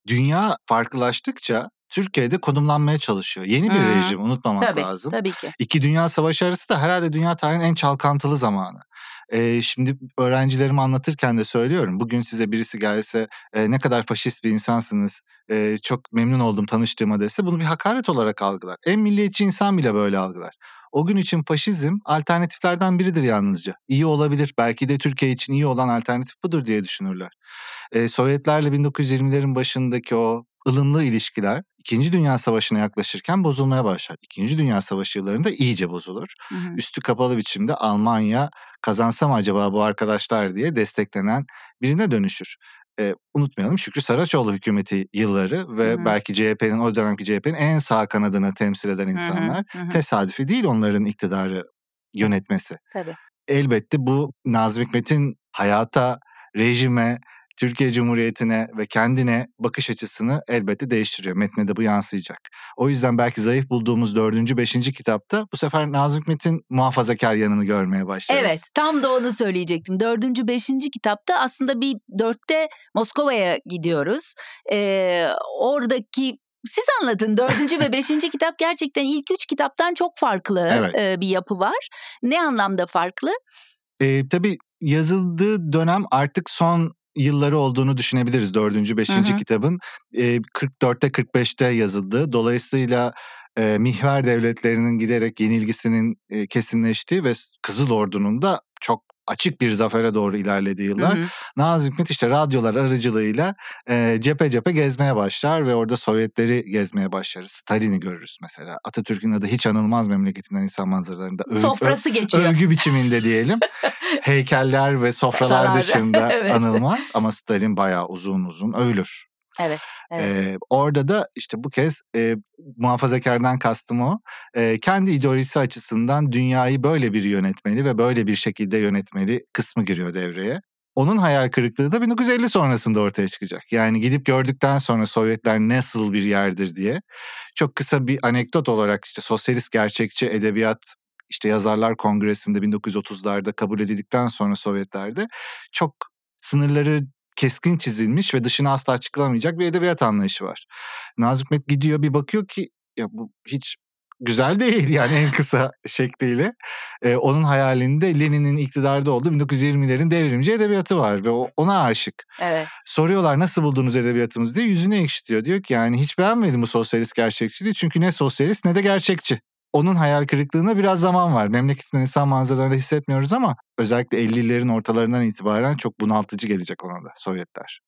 dünya farklılaştıkça Türkiye'de konumlanmaya çalışıyor. Yeni bir Hı. rejim, unutmamak Tabii, lazım. tabii ki. İki Dünya Savaşı arası da herhalde dünya tarihinin en çalkantılı zamanı. Ee, şimdi öğrencilerime anlatırken de söylüyorum. Bugün size birisi gelse e, ne kadar faşist bir insansınız, e, çok memnun oldum tanıştığıma dese bunu bir hakaret olarak algılar. En milliyetçi insan bile böyle algılar. O gün için faşizm alternatiflerden biridir yalnızca. İyi olabilir, belki de Türkiye için iyi olan alternatif budur diye düşünürler. Ee, Sovyetlerle bin dokuz yüz yirmilerin başındaki o ılımlı ilişkiler İkinci Dünya Savaşı'na yaklaşırken bozulmaya başlar. İkinci Dünya Savaşı yıllarında iyice bozulur. Hı hı. Üstü kapalı biçimde Almanya kazansa mı acaba bu arkadaşlar diye desteklenen birine dönüşür. Ee, unutmayalım Şükrü Saraçoğlu hükümeti yılları ve Hı hı. belki C H P'nin o dönemki C H P'nin en sağ kanadını temsil eden Hı hı, insanlar. hı hı. Tesadüfi değil onların iktidarı yönetmesi. Tabii. Elbette bu Nazım Hikmet'in hayata, rejime, Türkiye Cumhuriyeti'ne ve kendine bakış açısını elbette değiştiriyor. Metne de bu yansıyacak. O yüzden belki zayıf bulduğumuz dördüncü, beşinci kitapta bu sefer Nazım Hikmet'in muhafazakar yanını görmeye başlarız. Evet, tam da onu söyleyecektim. Dördüncü, beşinci kitapta aslında bir dörtte Moskova'ya gidiyoruz. Ee, oradaki siz anlatın. Dördüncü ve beşinci kitap gerçekten ilk üç kitaptan çok farklı Evet. e, bir yapı var. Ne anlamda farklı? Ee, tabii yazıldığı dönem artık son yılları olduğunu düşünebiliriz dördüncü, beşinci Hı hı. kitabın. Ee, kırk dörtte kırk beşte yazıldığı. Dolayısıyla e, mihver devletlerinin giderek yenilgisinin e, kesinleştiği ve Kızıl Ordu'nun da çok açık bir zafere doğru ilerlediği yıllar. Hı hı. Nazım Hikmet işte radyolar aracılığıyla e, cephe cephe gezmeye başlar ve orada Sovyetleri gezmeye başlar. Stalin'i görürüz mesela. Atatürk'ün adı hiç anılmaz memleketimden insan manzaralarında. Öv- Sofrası ö- geçiyor. Övgü biçiminde diyelim. Heykeller ve sofralar Sofralar. dışında Evet. anılmaz ama Stalin bayağı uzun uzun övülür. Evet. Evet. Ee, orada da işte bu kez e, muhafazakardan kastım o. E, kendi ideolojisi açısından dünyayı böyle bir yönetmeli ve böyle bir şekilde yönetmeli kısmı giriyor devreye. Onun hayal kırıklığı da bin dokuz yüz elli sonrasında ortaya çıkacak. Yani gidip gördükten sonra Sovyetler nasıl bir yerdir diye. Çok kısa bir anekdot olarak işte sosyalist gerçekçi edebiyat işte Yazarlar Kongresi'nde bin dokuz yüz otuzlarda kabul edildikten sonra Sovyetlerde çok sınırları keskin çizilmiş ve dışına asla çıkılamayacak bir edebiyat anlayışı var. Nazım Hikmet gidiyor bir bakıyor ki ya bu hiç güzel değil yani en kısa şekliyle. Ee, onun hayalinde Lenin'in iktidarda olduğu bin dokuz yüz yirmilerin devrimci edebiyatı var ve o, ona aşık. Evet. Soruyorlar nasıl buldunuz edebiyatımızı diye yüzüne ekşitiyor. Diyor ki yani hiç beğenmedim bu sosyalist gerçekçiliği çünkü ne sosyalist ne de gerçekçi. Onun hayal kırıklığına biraz zaman var. Memleketin insan manzaralarında hissetmiyoruz ama özellikle ellilerin ortalarından itibaren çok bunaltıcı gelecek ona da Sovyetler.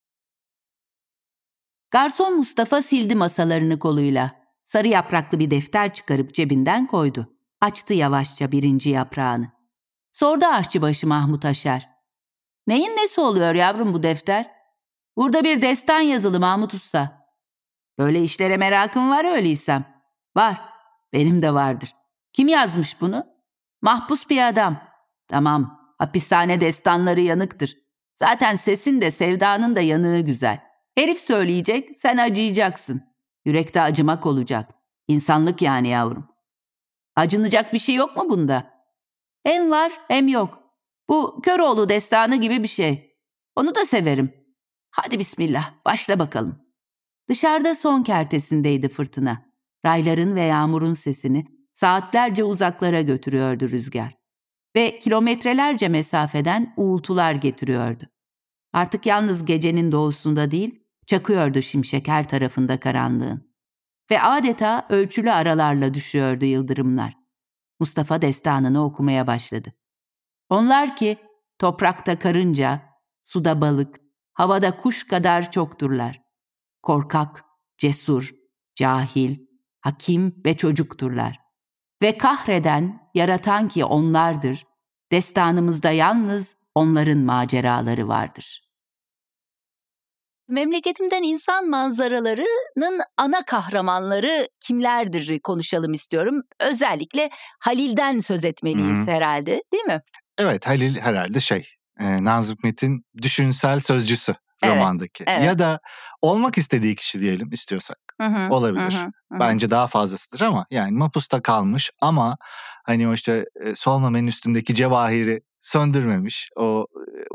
Garson Mustafa sildi masalarını koluyla. Sarı yapraklı bir defter çıkarıp cebinden koydu. Açtı yavaşça birinci yaprağını. Sordu aşçıbaşı Mahmut Aşer. Neyin nesi oluyor yavrum bu defter? Burada bir destan yazılı Mahmut Usta. Böyle işlere merakım var öyleysem. Var, benim de vardır. Kim yazmış bunu? Mahpus bir adam. Tamam, hapishane destanları yanıktır. Zaten sesin de sevdanın da yanığı güzel. Herif söyleyecek, sen acıyacaksın. Yürekte acımak olacak. İnsanlık yani yavrum. Acınacak bir şey yok mu bunda? Hem var hem yok. Bu Köroğlu destanı gibi bir şey. Onu da severim. Hadi bismillah, başla bakalım. Dışarıda son kertesindeydi fırtına. Rayların ve yağmurun sesini saatlerce uzaklara götürüyordu rüzgar. Ve kilometrelerce mesafeden uğultular getiriyordu. Artık yalnız gecenin doğusunda değil, çakıyordu şimşek her tarafında karanlığın. Ve adeta ölçülü aralarla düşüyordu yıldırımlar. Mustafa destanını okumaya başladı. Onlar ki toprakta karınca, suda balık, havada kuş kadar çokturlar. Korkak, cesur, cahil, hakim ve çocukturlar. Ve kahreden, yaratan ki onlardır, destanımızda yalnız onların maceraları vardır. Memleketimden insan manzaralarının ana kahramanları kimlerdir konuşalım istiyorum. Özellikle Halil'den söz etmeliyiz Hı-hı. herhalde, değil mi? Evet, Halil herhalde şey, e, Nazım Hikmet'in düşünsel sözcüsü Evet, romandaki. evet. Ya da olmak istediği kişi diyelim istiyorsak. Hı hı, Olabilir. hı hı, hı. Bence daha fazlasıdır ama yani mapusta kalmış ama hani o işte e, solmamenin üstündeki cevahiri söndürmemiş. O e,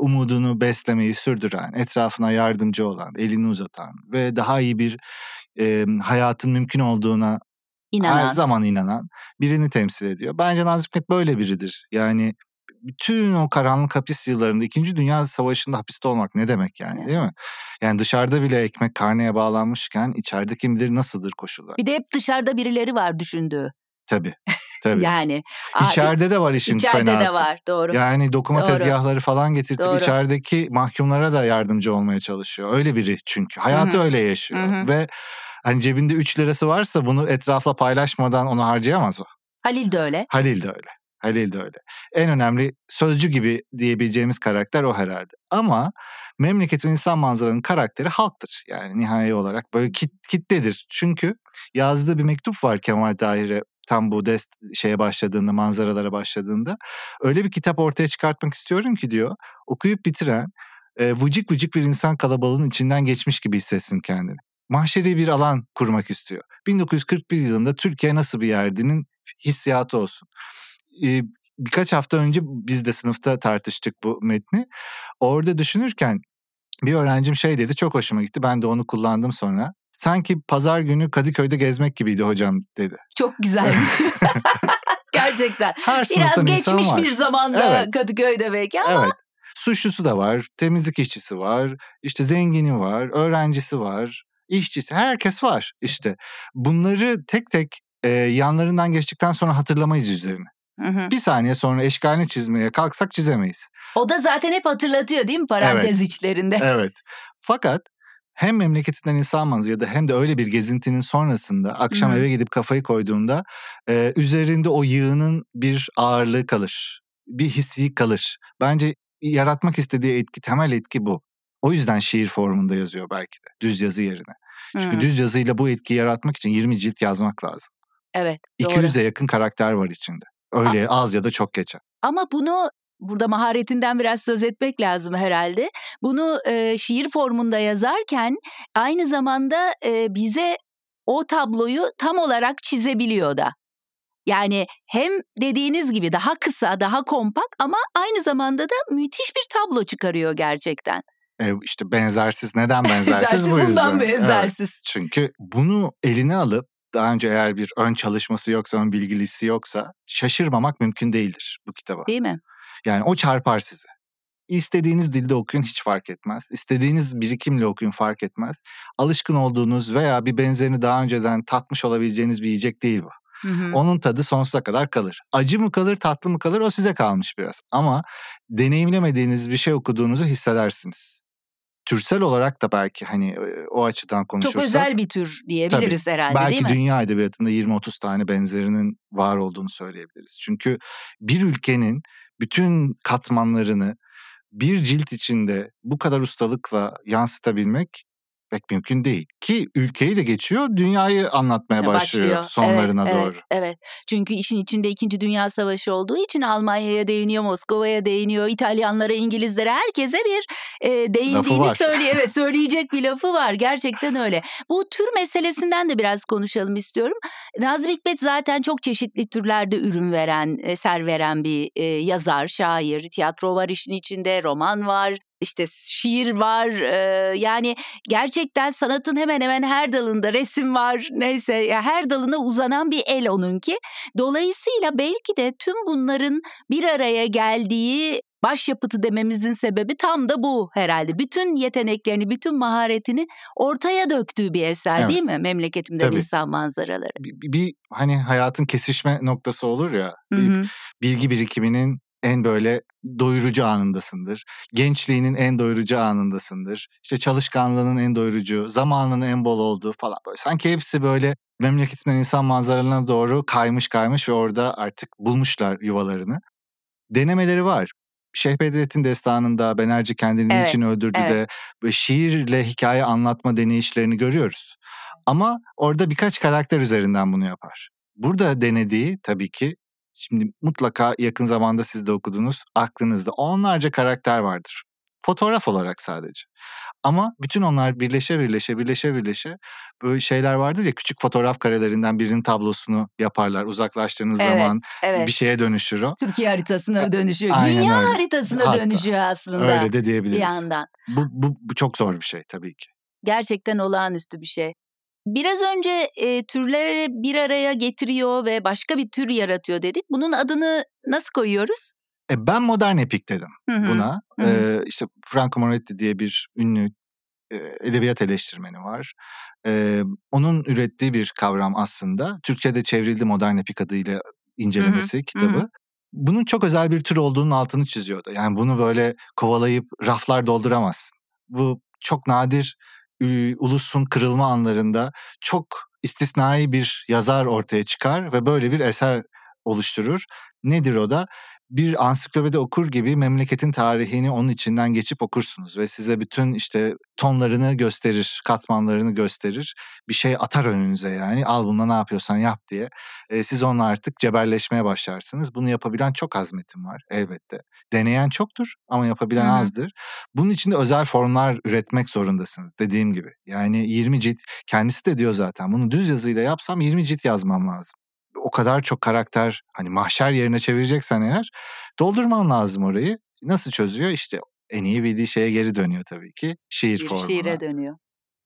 umudunu beslemeyi sürdüren, etrafına yardımcı olan, elini uzatan ve daha iyi bir e, hayatın mümkün olduğuna İnanan. her zaman inanan birini temsil ediyor. Bence Nazım Hikmet böyle biridir. Yani bütün o karanlık hapis yıllarında İkinci Dünya Savaşı'nda hapiste olmak ne demek yani, evet. değil mi? Yani dışarıda bile ekmek karneye bağlanmışken içeride kim bilir nasıldır koşullar. Bir de hep dışarıda birileri var düşündüğü. Tabii. Tabii. Yani içeride de var işin içeride fenası. İçeride de var, doğru. Yani dokuma doğru. tezgahları falan getirtip doğru. içerideki mahkumlara da yardımcı olmaya çalışıyor. Öyle biri çünkü. Hayatı Hı-hı. öyle yaşıyor. Hı-hı. Ve hani cebinde üç lirası varsa bunu etrafla paylaşmadan onu harcayamaz o. Halil de öyle. Halil de öyle. Halil de öyle. En önemli sözcü gibi diyebileceğimiz karakter o herhalde. Ama Memleket ve İnsan Manzaraları'nın karakteri halktır. Yani nihai olarak böyle kit, kitledir. Çünkü yazdığı bir mektup var Kemal Tahir'e. Tam bu dest şeye başladığında, manzaralara başladığında öyle bir kitap ortaya çıkartmak istiyorum ki diyor, okuyup bitiren e, vıcık vıcık bir insan kalabalığının içinden geçmiş gibi hissetsin kendini. Mahşeri bir alan kurmak istiyor. bin dokuz yüz kırk bir yılında Türkiye nasıl bir yerdiğinin hissiyatı olsun. E, birkaç hafta önce biz de sınıfta tartıştık bu metni. Orada düşünürken bir öğrencim şey dedi, çok hoşuma gitti. Ben de onu kullandım sonra. Sanki pazar günü Kadıköy'de gezmek gibiydi hocam dedi. Çok güzelmiş. Gerçekten. Her Biraz geçmiş var. bir zamanda evet. Kadıköy'de belki ama. Evet. Suçlusu da var, temizlik işçisi var, işte zengini var, öğrencisi var, işçisi, herkes var işte. Bunları tek tek e, yanlarından geçtikten sonra hatırlamayız yüzlerini. Hı hı. Bir saniye sonra eşkalini çizmeye kalksak çizemeyiz. O da zaten hep hatırlatıyor değil mi parantez evet. içlerinde? Evet. Fakat hem Memleketinden İnsan Manzarası ya da hem de öyle bir gezintinin sonrasında akşam Hı-hı. eve gidip kafayı koyduğunda e, üzerinde o yığının bir ağırlığı kalır. Bir hissi kalır. Bence yaratmak istediği etki, temel etki bu. O yüzden şiir formunda yazıyor belki de düz yazı yerine. Çünkü Hı-hı. düz yazıyla bu etkiyi yaratmak için yirmi cilt yazmak lazım. Evet, doğru. iki yüze yakın karakter var içinde. Öyle A- az ya da çok geçen. Ama bunu burada maharetinden biraz söz etmek lazım herhalde. Bunu e, şiir formunda yazarken aynı zamanda e, bize o tabloyu tam olarak çizebiliyor da. Yani hem dediğiniz gibi daha kısa, daha kompakt ama aynı zamanda da müthiş bir tablo çıkarıyor gerçekten. E işte benzersiz. Neden benzersiz? Bu yüzden. Bundan benzersiz. Evet. Çünkü bunu eline alıp daha önce eğer bir ön çalışması yoksa, ön bilgilisi yoksa şaşırmamak mümkün değildir bu kitaba. Değil mi? Yani o çarpar sizi. İstediğiniz dilde okuyun hiç fark etmez. İstediğiniz birikimle okuyun fark etmez. Alışkın olduğunuz veya bir benzerini daha önceden tatmış olabileceğiniz bir yiyecek değil bu. Hı hı. Onun tadı sonsuza kadar kalır. Acı mı kalır, tatlı mı kalır o size kalmış biraz. Ama deneyimlemediğiniz bir şey okuduğunuzu hissedersiniz. Türsel olarak da belki hani o açıdan konuşursak. Çok özel bir tür diyebiliriz tabii, herhalde belki değil mi? Belki dünya edebiyatında yirmi otuz tane benzerinin var olduğunu söyleyebiliriz. Çünkü bir ülkenin bütün katmanlarını bir cilt içinde bu kadar ustalıkla yansıtabilmek pek mümkün değil. Ki ülkeyi de geçiyor, dünyayı anlatmaya başlıyor, başlıyor. sonlarına evet, doğru. Evet, evet. Çünkü işin içinde İkinci Dünya Savaşı olduğu için Almanya'ya değiniyor, Moskova'ya değiniyor, İtalyanlara, İngilizlere, herkese bir e, değindiğini söylüyor. Evet, söyleyecek bir lafı var. Gerçekten öyle. Bu tür meselesinden de biraz konuşalım istiyorum. Nazım Hikmet zaten çok çeşitli türlerde ürün veren, eser veren bir e, yazar, şair. Tiyatro var işin içinde, roman var. İşte şiir var, ee, yani gerçekten sanatın hemen hemen her dalında, resim var, neyse ya her dalına uzanan bir el onunki. Dolayısıyla belki de tüm bunların bir araya geldiği başyapıtı dememizin sebebi tam da bu herhalde. Bütün yeteneklerini, bütün maharetini ortaya döktüğü bir eser evet. değil mi? Memleketimden Tabii. İnsan Manzaraları. Bir, bir hani hayatın kesişme noktası olur ya, bir bilgi birikiminin en böyle doyurucu anındasındır. Gençliğinin en doyurucu anındasındır. İşte çalışkanlığının en doyurucu, zamanının en bol olduğu falan. Böyle sanki hepsi böyle Memleketinden İnsan Manzaralarına doğru kaymış kaymış ve orada artık bulmuşlar yuvalarını. Denemeleri var. Şeyh Bedrettin Destanı'nda Benerci kendini evet, niçin öldürdü evet. de şiirle hikaye anlatma deneyişlerini görüyoruz. Ama orada birkaç karakter üzerinden bunu yapar. Burada denediği tabii ki şimdi mutlaka yakın zamanda siz de okudunuz, aklınızda onlarca karakter vardır. Fotoğraf olarak sadece. Ama bütün onlar birleşe birleşe birleşe birleşe böyle şeyler vardır ya, küçük fotoğraf karelerinden birinin tablosunu yaparlar. Uzaklaştığınız Evet, zaman evet. bir şeye dönüşür o. Türkiye haritasına dönüşüyor. Aynen Dünya öyle. haritasına Hatta dönüşüyor aslında öyle de bir diyebiliriz. yandan. Bu, bu, bu çok zor bir şey tabii ki. Gerçekten olağanüstü bir şey. Biraz önce e, türleri bir araya getiriyor ve başka bir tür yaratıyor dedik. Bunun adını nasıl koyuyoruz? E, ben modern epik dedim Hı hı, buna. hı hı. E, işte Franco Moretti diye bir ünlü e, edebiyat eleştirmeni var. E, onun ürettiği bir kavram aslında. Türkçe'de çevrildi modern epik adıyla incelemesi Hı hı, kitabı. hı hı. Bunun çok özel bir tür olduğunun altını çiziyordu. Yani bunu böyle kovalayıp raflar dolduramazsın. Bu çok nadir ü, ulusun kırılma anlarında çok istisnai bir yazar ortaya çıkar ve böyle bir eser oluşturur. Nedir o da? Bir ansiklopedi okur gibi memleketin tarihini onun içinden geçip okursunuz ve size bütün işte tonlarını gösterir, katmanlarını gösterir. Bir şey atar önünüze yani. Al bununla ne yapıyorsan yap diye. E, siz onunla artık cebelleşmeye başlarsınız. Bunu yapabilen çok az metin var elbette. Deneyen çoktur ama yapabilen Hı hı. azdır. Bunun için de özel formlar üretmek zorundasınız dediğim gibi. Yani yirmi cilt, kendisi de diyor zaten, bunu düz yazıyla yapsam yirmi cilt yazmam lazım. O kadar çok karakter, hani mahşer yerine çevireceksen eğer doldurman lazım orayı. Nasıl çözüyor? İşte en iyi bildiği şeye geri dönüyor tabii ki. Şiir Bir formuna. şiire dönüyor.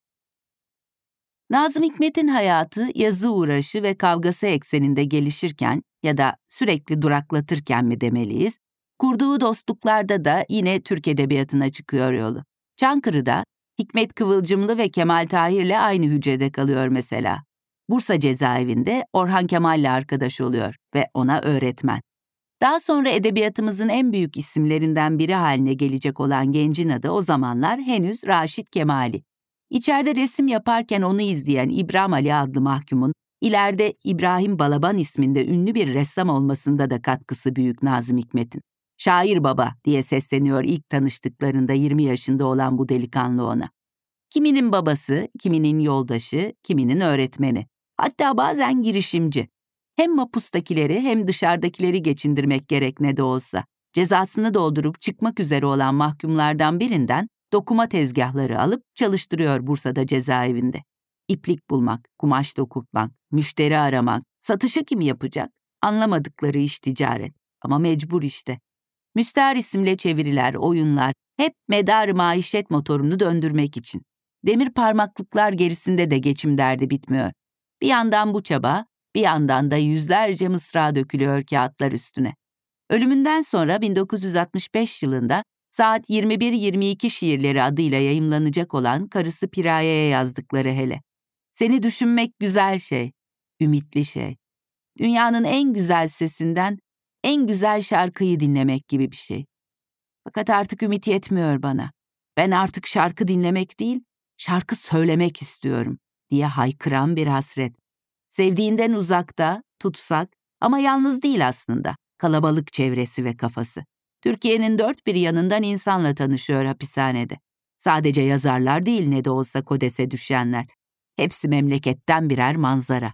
Nazım Hikmet'in hayatı yazı uğraşı ve kavgası ekseninde gelişirken ya da sürekli duraklatırken mi demeliyiz, kurduğu dostluklarda da yine Türk edebiyatına çıkıyor yolu. Çankırı'da Hikmet Kıvılcımlı ve Kemal Tahir'le aynı hücrede kalıyor mesela. Bursa cezaevinde Orhan Kemal'le arkadaş oluyor ve ona öğretmen. Daha sonra edebiyatımızın en büyük isimlerinden biri haline gelecek olan gencin adı o zamanlar henüz Raşit Kemali. İçeride resim yaparken onu izleyen İbrahim Ali adlı mahkumun, ileride İbrahim Balaban isminde ünlü bir ressam olmasında da katkısı büyük Nazım Hikmet'in. Şair baba diye sesleniyor ilk tanıştıklarında yirmi yaşında olan bu delikanlı ona. Kiminin babası, kiminin yoldaşı, kiminin öğretmeni. Hatta bazen girişimci. Hem mapustakileri hem dışarıdakileri geçindirmek gerek ne de olsa. Cezasını doldurup çıkmak üzere olan mahkumlardan birinden dokuma tezgahları alıp çalıştırıyor Bursa'da cezaevinde. İplik bulmak, kumaş dokutmak, müşteri aramak, satışı kim yapacak? Anlamadıkları iş ticaret. Ama mecbur işte. Müstahar isimle çeviriler, oyunlar hep medar maişet motorunu döndürmek için. Demir parmaklıklar gerisinde de geçim derdi bitmiyor. Bir yandan bu çaba, bir yandan da yüzlerce mısra dökülüyor kağıtlar üstüne. Ölümünden sonra bin dokuz yüz altmış beş yılında Saat yirmi bir yirmi iki şiirleri adıyla yayımlanacak olan karısı Piraye'ye yazdıkları hele. Seni düşünmek güzel şey, ümitli şey. Dünyanın en güzel sesinden en güzel şarkıyı dinlemek gibi bir şey. Fakat artık ümit yetmiyor bana. Ben artık şarkı dinlemek değil, şarkı söylemek istiyorum diye haykıran bir hasret. Sevdiğinden uzakta, tutsak ama yalnız değil aslında. Kalabalık çevresi ve kafası. Türkiye'nin dört bir yanından insanla tanışıyor hapishanede. Sadece yazarlar değil ne de olsa kodese düşenler. Hepsi memleketten birer manzara.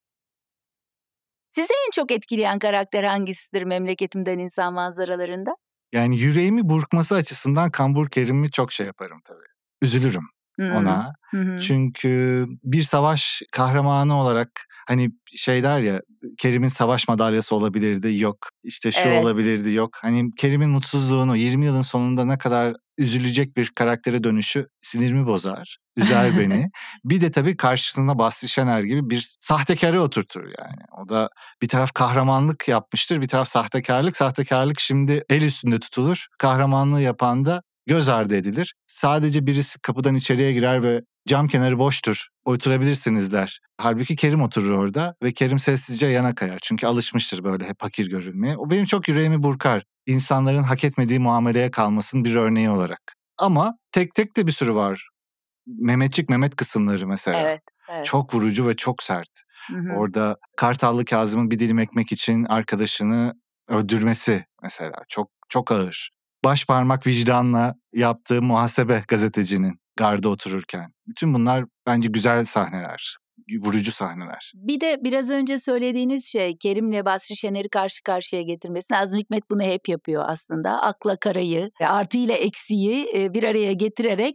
Sizi en çok etkileyen karakter hangisidir Memleketimden İnsan manzaralarında? Yani yüreğimi burkması açısından Kambur Kerim'i çok şey yaparım tabii. Üzülürüm Hı-hı. ona. Hı-hı. Çünkü bir savaş kahramanı olarak hani şey der ya, Kerim'in savaş madalyası olabilirdi, yok. İşte şu Evet. olabilirdi, yok. Hani Kerim'in mutsuzluğunu yirmi yılın sonunda ne kadar üzülecek bir karaktere dönüşü sinirimi bozar, üzer beni. Bir de tabii karşısında Basri Şener gibi bir sahtekarı oturtur yani. O da bir taraf kahramanlık yapmıştır, bir taraf sahtekarlık. Sahtekarlık şimdi el üstünde tutulur. Kahramanlığı yapan da göz ardı edilir. Sadece birisi kapıdan içeriye girer ve cam kenarı boştur, oturabilirsiniz der. Halbuki Kerim oturur orada ve Kerim sessizce yana kayar. Çünkü alışmıştır böyle hep hakir görülmeye. O benim çok yüreğimi burkar. İnsanların hak etmediği muameleye kalmasının bir örneği olarak. Ama tek tek de bir sürü var. Mehmetçik Mehmet kısımları mesela. Evet, evet. Çok vurucu ve çok sert. Hı-hı. Orada Kartallı Kazım'ın bir dilim ekmek için arkadaşını öldürmesi mesela çok çok ağır. Başparmak vicdanla yaptığı muhasebe gazetecinin garda otururken. Bütün bunlar bence güzel sahneler, vurucu sahneler. Bir de biraz önce söylediğiniz şey Kerim'le Basri Şener'i karşı karşıya getirmesi. Nazım Hikmet bunu hep yapıyor aslında. Akla karayı, artı ile eksiği bir araya getirerek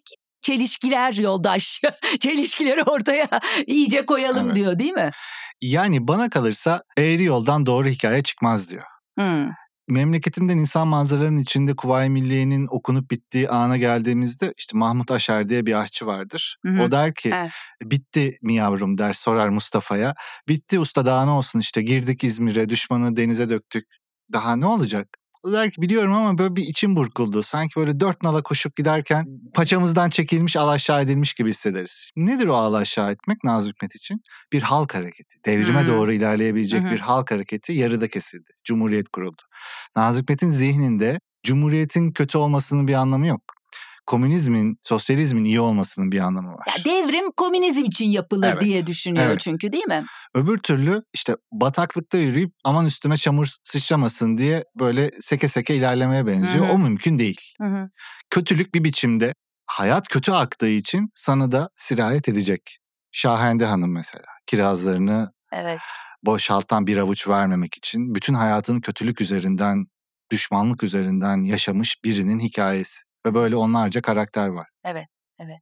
çelişkiler yoldaş. Çelişkileri ortaya iyice koyalım Evet. diyor değil mi? Yani bana kalırsa eğri yoldan doğru hikaye çıkmaz diyor. Hmm. Memleketimden insan manzaralarının içinde Kuvayi Milliye'nin okunup bittiği ana geldiğimizde işte Mahmut Aşer diye bir aşçı vardır. Hı hı. O der ki Evet. bitti mi yavrum der, sorar Mustafa'ya. Bitti usta, daha ne olsun, işte girdik İzmir'e, düşmanı denize döktük. Daha ne olacak? O der ki biliyorum ama böyle bir içim burkuldu. Sanki böyle dört nala koşup giderken paçamızdan çekilmiş, alaşağı edilmiş gibi hissederiz. Nedir o alaşağı etmek Nazım Hikmet için? Bir halk hareketi. Devrime Hmm. doğru ilerleyebilecek Hı hı. bir halk hareketi yarıda kesildi. Cumhuriyet kuruldu. Nazım Hikmet'in zihninde Cumhuriyet'in kötü olmasının bir anlamı yok. Komünizmin, sosyalizmin iyi olmasının bir anlamı var. Ya devrim komünizm için yapılır Evet, diye düşünüyor evet. çünkü değil mi? Öbür türlü işte bataklıkta yürüyüp aman üstüme çamur sıçramasın diye böyle seke seke ilerlemeye benziyor. Hı hı. O mümkün değil. Hı hı. Kötülük bir biçimde hayat kötü aktığı için sana da sirayet edecek. Şahende Hanım mesela kirazlarını Evet. boşaltan bir avuç vermemek için bütün hayatını kötülük üzerinden, düşmanlık üzerinden yaşamış birinin hikayesi. Ve böyle onlarca karakter var. Evet. Evet.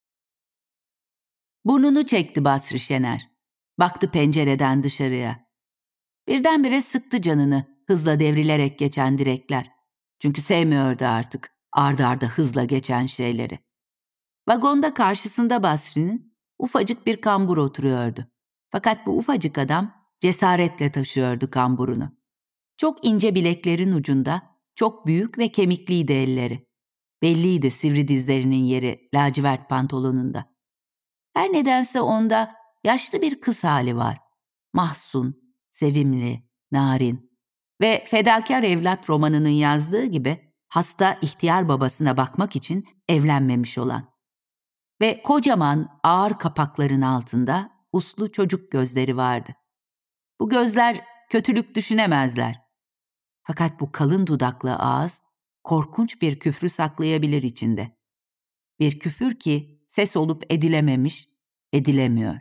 Burnunu çekti Basri Şener. Baktı pencereden dışarıya. Birdenbire sıktı canını hızla devrilerek geçen direkler. Çünkü sevmiyordu artık ard arda hızla geçen şeyleri. Vagonda karşısında Basri'nin ufacık bir kambur oturuyordu. Fakat bu ufacık adam cesaretle taşıyordu kamburunu. Çok ince bileklerin ucunda, çok büyük ve kemikliydi elleri. Belliydi sivri dizlerinin yeri lacivert pantolonunda. Her nedense onda yaşlı bir kız hali var. Mahzun, sevimli, narin ve Fedakar Evlat romanının yazdığı gibi hasta ihtiyar babasına bakmak için evlenmemiş olan. Ve kocaman ağır kapakların altında uslu çocuk gözleri vardı. Bu gözler kötülük düşünemezler. Fakat bu kalın dudaklı ağız korkunç bir küfrü saklayabilir içinde. Bir küfür ki ses olup edilememiş, edilemiyor.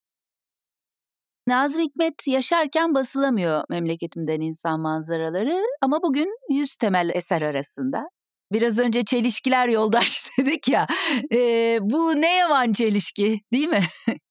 Nazım Hikmet yaşarken basılamıyor memleketimden insan manzaraları ama bugün yüz temel eser arasında. Biraz önce çelişkiler yoldaş dedik ya, e, bu ne yaman çelişki değil mi?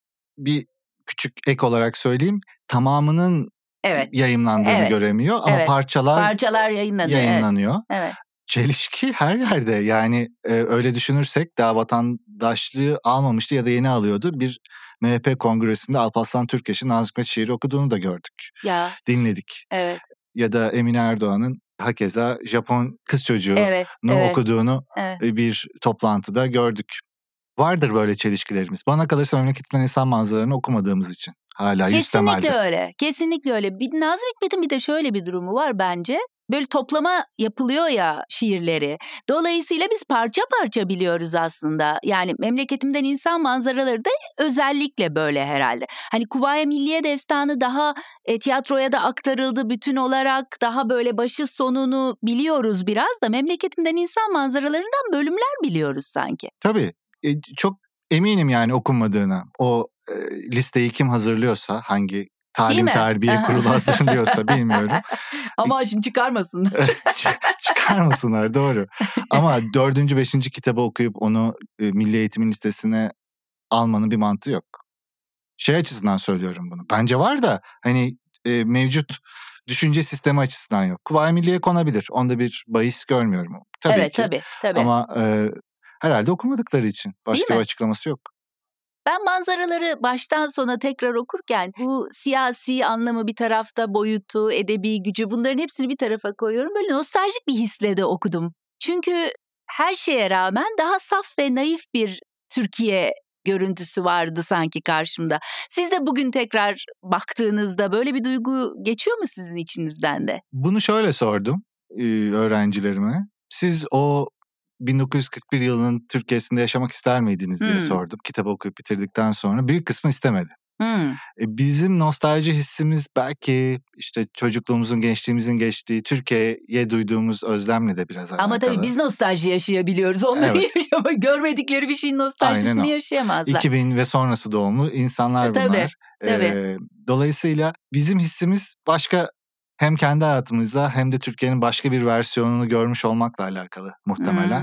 Bir küçük ek olarak söyleyeyim, tamamının Evet. yayımlandığını Evet. göremiyor ama Evet. parçalar, Parçalar yayınlanıyor. yayınlanıyor. Evet. Evet. Çelişki her yerde, yani e, öyle düşünürsek daha vatandaşlığı almamıştı ya da yeni alıyordu. Bir M H P kongresinde Alparslan Türkeş'in Nazım Hikmet şiiri okuduğunu da gördük. Ya. Dinledik. Evet. Ya da Emine Erdoğan'ın hakeza Japon kız çocuğunu Evet. Evet. okuduğunu Evet. bir toplantıda gördük. Vardır böyle çelişkilerimiz. Bana kalırsa memleketimden insan manzaralarını okumadığımız için hala yüz temelde. Kesinlikle öyle. Kesinlikle öyle. Bir, Nazım Hikmet'in bir de şöyle bir durumu var bence. Böyle toplama yapılıyor ya şiirleri. Dolayısıyla biz parça parça biliyoruz aslında. Yani memleketimden insan manzaraları da özellikle böyle herhalde. Hani Kuvayi Milliye Destanı daha e, tiyatroya da aktarıldı bütün olarak. Daha böyle başı sonunu biliyoruz biraz da memleketimden insan manzaralarından bölümler biliyoruz sanki. Tabii. E, çok eminim yani okunmadığına. O e, listeyi kim hazırlıyorsa, hangi talim terbiye kurulu hazırlıyorsa bilmiyorum. Ama şimdi çıkarmasınlar. Çıkarmasınlar, doğru. Ama dördüncü, beşinci kitabı okuyup onu e, milli eğitimin listesine almanın bir mantığı yok. Şey açısından söylüyorum bunu. Bence var da hani e, mevcut düşünce sistemi açısından yok. Kuvayi Milliye konabilir. Onda bir bahis görmüyorum. Tabii evet, ki. Tabii tabii. Ama e, herhalde okumadıkları için. Başka bir açıklaması yok. Ben manzaraları baştan sona tekrar okurken bu siyasi anlamı bir tarafta, boyutu, edebi gücü, bunların hepsini bir tarafa koyuyorum. Böyle nostaljik bir hisle de okudum. Çünkü her şeye rağmen daha saf ve naif bir Türkiye görüntüsü vardı sanki karşımda. Siz de bugün tekrar baktığınızda böyle bir duygu geçiyor mu sizin içinizden de? Bunu şöyle sordum e, öğrencilerime. Siz o bin dokuz yüz kırk bir yılının Türkiye'sinde yaşamak ister miydiniz diye hmm. sordum. Kitabı okuyup bitirdikten sonra. Büyük kısmı istemedi. Hmm. E, bizim nostalji hissimiz belki işte çocukluğumuzun, gençliğimizin geçtiği Türkiye'ye duyduğumuz özlemle de biraz alakalı. Ama tabii biz nostalji yaşayabiliyoruz. Onları evet. yaşamak, görmedikleri bir şeyin nostaljisini yaşayamazlar. iki bin ve sonrası doğumlu insanlar bunlar. Tabii, tabii. E, dolayısıyla bizim hissimiz başka, hem kendi hayatımızda hem de Türkiye'nin başka bir versiyonunu görmüş olmakla alakalı muhtemelen. Hmm.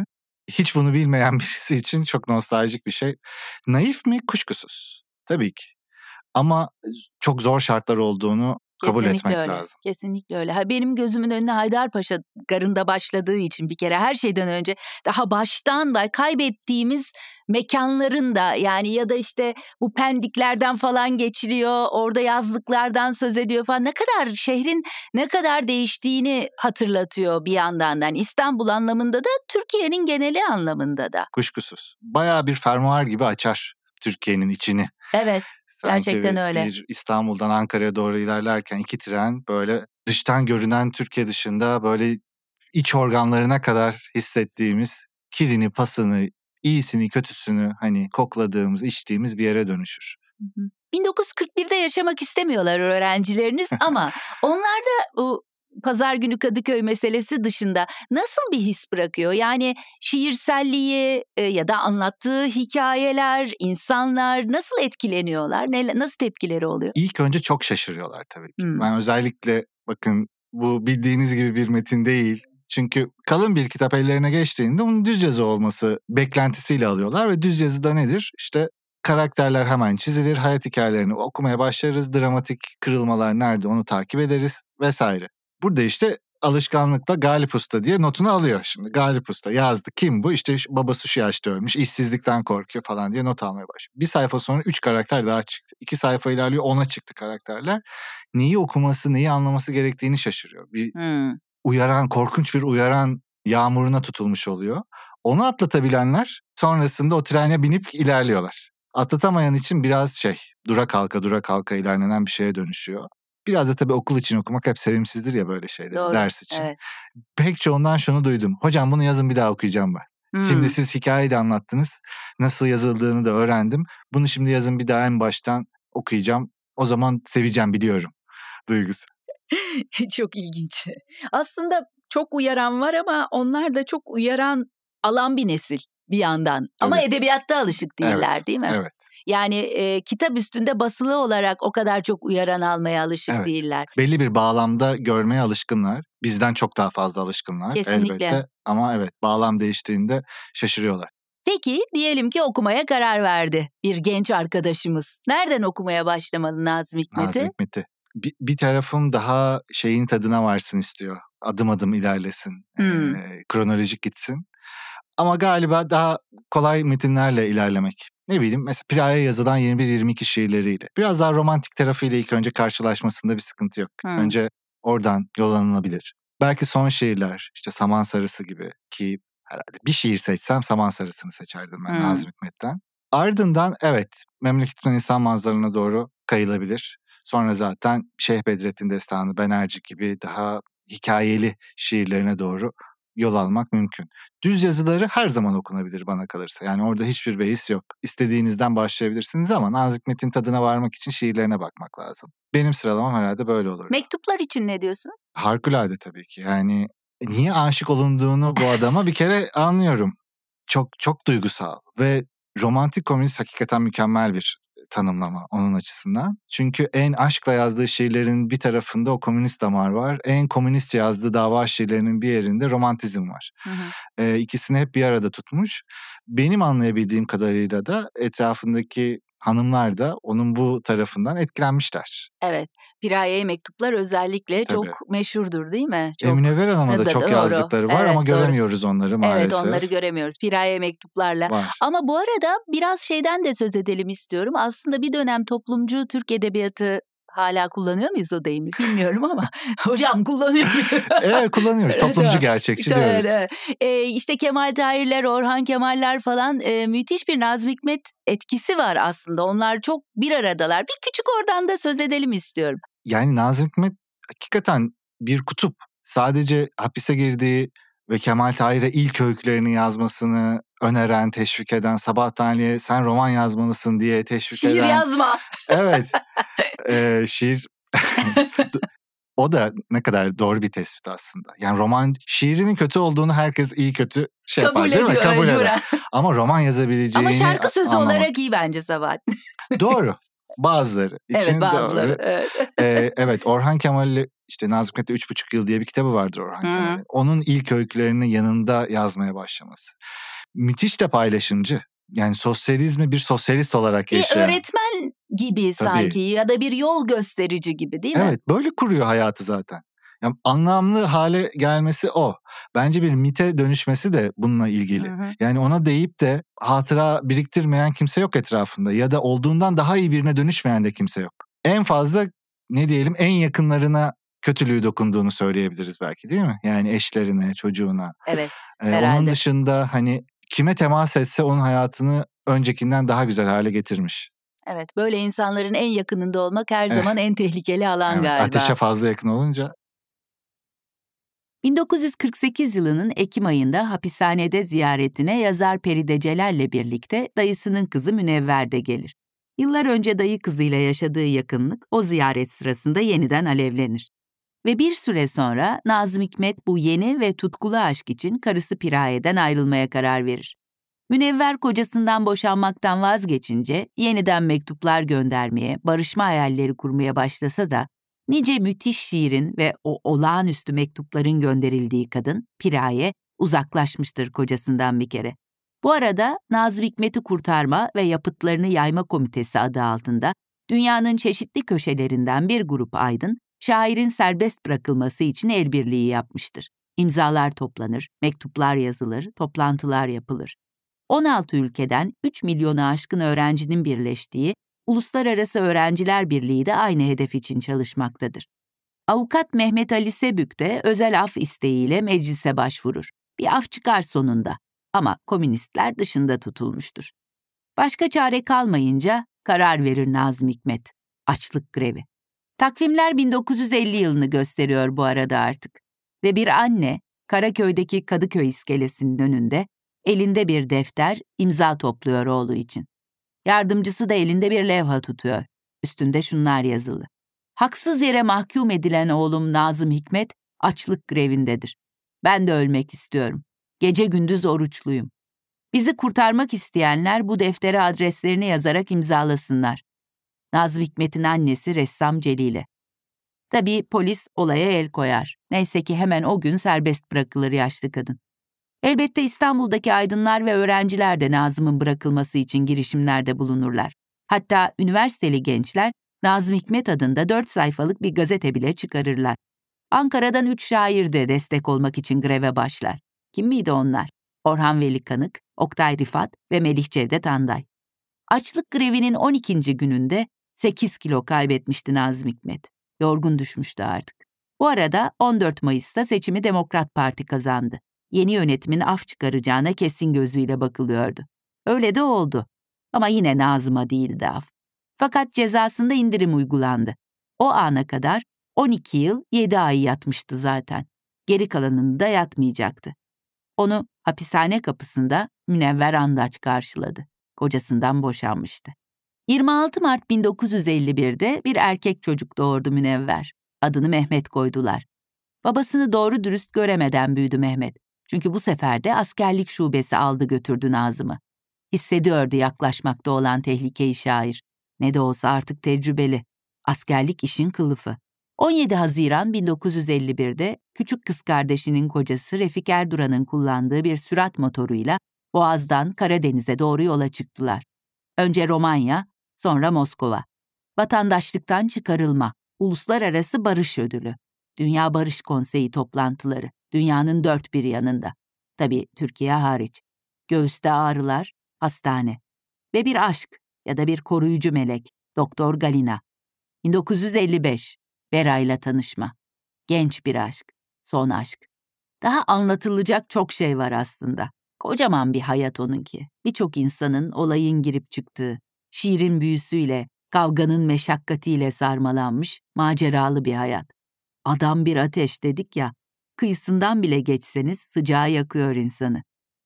hiç bunu bilmeyen birisi için çok nostaljik bir şey. Naif mi? Kuşkusuz. Tabii ki. Ama çok zor şartlar olduğunu kabul Kesinlikle etmek öyle. lazım. Kesinlikle öyle. Ha, benim gözümün önüne Haydarpaşa Garı'nda başladığı için bir kere her şeyden önce daha baştan da kaybettiğimiz mekanların da yani ya da işte bu Pendiklerden falan geçiliyor. Orada yazlıklardan söz ediyor falan. Ne kadar şehrin ne kadar değiştiğini hatırlatıyor bir yandan. Yani İstanbul anlamında da Türkiye'nin geneli anlamında da. Kuşkusuz. Bayağı bir fermuar gibi açar Türkiye'nin içini. Evet. Sanki Gerçekten bir, öyle. bir İstanbul'dan Ankara'ya doğru ilerlerken iki tren böyle dıştan görünen Türkiye dışında böyle iç organlarına kadar hissettiğimiz kirini, pasını, iyisini, kötüsünü hani kokladığımız, içtiğimiz bir yere dönüşür. bin dokuz yüz kırk birde yaşamak istemiyorlar öğrencileriniz ama onlarda bu Pazar Günü Kadıköy meselesi dışında nasıl bir his bırakıyor? Yani şiirselliği e, ya da anlattığı hikayeler, insanlar nasıl etkileniyorlar? Ne, nasıl tepkileri oluyor? İlk önce çok şaşırıyorlar tabii ki. Hmm. Ben özellikle bakın bu bildiğiniz gibi bir metin değil. Çünkü kalın bir kitap ellerine geçtiğinde onun düz yazı olması beklentisiyle alıyorlar ve düz yazıda nedir? İşte karakterler hemen çizilir, hayat hikayelerini okumaya başlarız, dramatik kırılmalar nerede onu takip ederiz vesaire. Burada işte alışkanlıkla Galip Usta diye notunu alıyor şimdi. Galip Usta yazdı. Kim bu? İşte babası şu yaşta ölmüş, işsizlikten korkuyor falan diye not almaya başlıyor. Bir sayfa sonra üç karakter daha çıktı. İki sayfa ilerliyor, ona çıktı karakterler. Neyi okuması, neyi anlaması gerektiğini şaşırıyor. Bir Hmm. uyaran, korkunç bir uyaran yağmuruna tutulmuş oluyor. Onu atlatabilenler sonrasında o trene binip ilerliyorlar. Atlatamayan için biraz şey, dura kalka dura kalka ilerlenen bir şeye dönüşüyor. Biraz da tabii okul için okumak hep sevimsizdir ya böyle şeyler, Doğru, ders için. Evet. Pek çoğundan şunu duydum. Hocam bunu yazın bir daha okuyacağım ben. Hmm. Şimdi siz hikayeyi de anlattınız. Nasıl yazıldığını da öğrendim. Bunu şimdi yazın bir daha en baştan okuyacağım. O zaman seveceğim biliyorum duygusu. Çok ilginç. Aslında çok uyaran var ama onlar da çok uyaran alan bir nesil bir yandan. Tabii. Ama edebiyatta alışık değiller Evet, değil mi? Evet. Yani e, kitap üstünde basılı olarak o kadar çok uyaran almaya alışık Evet. değiller. Belli bir bağlamda görmeye alışkınlar. Bizden çok daha fazla alışkınlar Kesinlikle. elbette. Ama evet, bağlam değiştiğinde şaşırıyorlar. Peki diyelim ki okumaya karar verdi bir genç arkadaşımız. Nereden okumaya başlamalı Nazım Hikmet'i? Nazım Hikmet'i. Bir, bir tarafım daha şeyin tadına varsın istiyor. Adım adım ilerlesin. Hmm. Ee, kronolojik gitsin. Ama galiba daha kolay metinlerle ilerlemek. Ne bileyim mesela Piraye yazılan yirmi bir yirmi iki şiirleriyle. Biraz daha romantik tarafıyla ilk önce karşılaşmasında bir sıkıntı yok. Hmm. Önce oradan yol alınabilir. Belki son şiirler işte Saman Sarısı gibi ki herhalde bir şiir seçsem Saman Sarısı'nı seçerdim ben hmm. Nazım Hikmet'ten. Ardından evet Memleketimden İnsan Manzaralarına doğru kayılabilir. Sonra zaten Şeyh Bedrettin Destanı, Benerci gibi daha hikayeli şiirlerine doğru yol almak mümkün. Düz yazıları her zaman okunabilir bana kalırsa. Yani orada hiçbir beis yok. İstediğinizden başlayabilirsiniz ama Nazım Hikmet'in tadına varmak için şiirlerine bakmak lazım. Benim sıralamam herhalde böyle olur. Mektuplar için ne diyorsunuz? Harikulade tabii ki. Yani niye aşık olunduğunu bu adama bir kere anlıyorum. Çok çok duygusal ve romantik komünist hakikaten mükemmel bir tanımlama onun açısından. Çünkü en aşkla yazdığı şiirlerin bir tarafında o komünist damar var. En komünist yazdığı dava şiirlerinin bir yerinde romantizm var. Hı hı. Ee, ikisini hep bir arada tutmuş. Benim anlayabildiğim kadarıyla da etrafındaki hanımlar da onun bu tarafından etkilenmişler. Evet. Piraye'ye mektuplar özellikle Tabii. çok meşhurdur değil mi? Çok... Eminönü Hanım'a da, da çok doğru. yazdıkları var evet, ama doğru. göremiyoruz onları maalesef. Evet onları göremiyoruz. Piraye mektuplarla. Var. Ama bu arada biraz şeyden de söz edelim istiyorum. Aslında bir dönem toplumcu Türk edebiyatı hala kullanıyor muyuz o deyimi bilmiyorum ama hocam kullanıyor muyuz? Evet kullanıyoruz. Toplumcu gerçekçi evet, diyoruz. Evet. Ee, işte Kemal Tahirler, Orhan Kemaller falan e, müthiş bir Nazım Hikmet etkisi var aslında. Onlar çok bir aradalar. Bir küçük oradan da söz edelim istiyorum. Yani Nazım Hikmet hakikaten bir kutup. Sadece hapise girdiği ve Kemal Tahir'e ilk öykülerini yazmasını öneren, teşvik eden, Sabah Ali'ye sen roman yazmalısın diye teşvik şiir eden. Şiir yazma. Evet. ee, şiir. O da ne kadar doğru bir tespit aslında. Yani roman, şiirinin kötü olduğunu herkes iyi kötü şey Kabul yapar değil ediyor, mi? Kabul mecburen. eder. Ama roman yazabileceğini Ama şarkı sözü anlamak. olarak iyi bence Sabahat. Doğru. Bazıları için evet, bazıları, doğru. Evet. ee, evet Orhan Kemal'le işte Nazım Hikmet'te Üç Buçuk Yıl diye bir kitabı vardır Orhan Kemal'in. Onun ilk öykülerini yanında yazmaya başlaması. müthiş de paylaşımcı. Yani sosyalizmi bir sosyalist olarak yaşayan. Bir öğretmen gibi Tabii. sanki ya da bir yol gösterici gibi değil mi? Evet, böyle kuruyor hayatı zaten. Yani anlamlı hale gelmesi o. Bence bir mite dönüşmesi de bununla ilgili. Hı hı. Yani ona deyip de hatıra biriktirmeyen kimse yok etrafında. Ya da olduğundan daha iyi birine dönüşmeyen de kimse yok. En fazla ne diyelim en yakınlarına kötülüğü dokunduğunu söyleyebiliriz belki, değil mi? Yani eşlerine, çocuğuna. Evet, Ee, herhalde. onun dışında hani kime temas etse onun hayatını öncekinden daha güzel hale getirmiş. Evet, böyle insanların en yakınında olmak her Eh, zaman en tehlikeli alan Evet, galiba. ateşe fazla yakın olunca. bin dokuz yüz kırk sekiz yılının Ekim ayında hapishanede ziyaretine yazar Peride Celal'le birlikte dayısının kızı Münevver de gelir. Yıllar önce dayı kızıyla yaşadığı yakınlık o ziyaret sırasında yeniden alevlenir. Ve bir süre sonra Nazım Hikmet bu yeni ve tutkulu aşk için karısı Piraye'den ayrılmaya karar verir. Münevver kocasından boşanmaktan vazgeçince yeniden mektuplar göndermeye, barışma hayalleri kurmaya başlasa da nice müthiş şiirin ve o olağanüstü mektupların gönderildiği kadın Piraye uzaklaşmıştır kocasından bir kere. Bu arada Nazım Hikmet'i Kurtarma ve Yapıtlarını Yayma Komitesi adı altında dünyanın çeşitli köşelerinden bir grup aydın şairin serbest bırakılması için el birliği yapmıştır. İmzalar toplanır, mektuplar yazılır, toplantılar yapılır. on altı ülkeden üç milyonu aşkın öğrencinin birleştiği Uluslararası Öğrenciler Birliği de aynı hedef için çalışmaktadır. Avukat Mehmet Ali Sebük de özel af isteğiyle meclise başvurur. Bir af çıkar sonunda ama komünistler dışında tutulmuştur. Başka çare kalmayınca karar verir Nazım Hikmet. Açlık grevi. Takvimler bin dokuz yüz elli yılını gösteriyor bu arada artık. Ve bir anne Karaköy'deki Kadıköy iskelesinin önünde elinde bir defter imza topluyor oğlu için. Yardımcısı da elinde bir levha tutuyor. Üstünde şunlar yazılı. Haksız yere mahkum edilen oğlum Nazım Hikmet açlık grevindedir. Ben de ölmek istiyorum. Gece gündüz oruçluyum. Bizi kurtarmak isteyenler bu deftere adreslerini yazarak imzalasınlar. Nazım Hikmet'in annesi ressam Celile. Tabii polis olaya el koyar. Neyse ki hemen o gün serbest bırakılır yaşlı kadın. Elbette İstanbul'daki aydınlar ve öğrenciler de Nazım'ın bırakılması için girişimlerde bulunurlar. Hatta üniversiteli gençler Nazım Hikmet adında dört sayfalık bir gazete bile çıkarırlar. Ankara'dan üç şair de destek olmak için greve başlar. Kim miydi onlar? Orhan Veli Kanık, Oktay Rifat ve Melih Cevdet Anday. Açlık grevinin on ikinci gününde sekiz kilo kaybetmişti Nazım Hikmet. Yorgun düşmüştü artık. Bu arada on dört Mayıs'ta seçimi Demokrat Parti kazandı. Yeni yönetimin af çıkaracağına kesin gözüyle bakılıyordu. Öyle de oldu. Ama yine Nazım'a değildi af. Fakat cezasında indirim uygulandı. O ana kadar on iki yıl yedi ay yatmıştı zaten. Geri kalanını da yatmayacaktı. Onu hapishane kapısında Münevver Andaç karşıladı. Kocasından boşanmıştı. yirmi altı Mart bin dokuz yüz elli birde bir erkek çocuk doğurdu Münevver. Adını Mehmet koydular. Babasını doğru dürüst göremeden büyüdü Mehmet. Çünkü bu sefer de askerlik şubesi aldı götürdü Nazım'ı. Hissediyordu yaklaşmakta olan tehlikeyi şair. Ne de olsa artık tecrübeli. Askerlik işin kılıfı. on yedi Haziran bin dokuz yüz elli birde küçük kız kardeşinin kocası Refik Erduran'ın kullandığı bir sürat motoruyla Boğaz'dan Karadeniz'e doğru yola çıktılar. Önce Romanya, sonra Moskova. Vatandaşlıktan çıkarılma, Uluslararası Barış Ödülü, Dünya Barış Konseyi toplantıları, dünyanın dört bir yanında. Tabii Türkiye hariç. Göğüste ağrılar, hastane. Ve bir aşk ya da bir koruyucu melek, Doktor Galina. bin dokuz yüz elli beş, Vera'yla tanışma. Genç bir aşk, son aşk. Daha anlatılacak çok şey var aslında. Kocaman bir hayat onunki. Birçok insanın olayın girip çıktığı, şiirin büyüsüyle, kavganın meşakkatiyle sarmalanmış, maceralı bir hayat. Adam bir ateş dedik ya, kıyısından bile geçseniz sıcağı yakıyor insanı.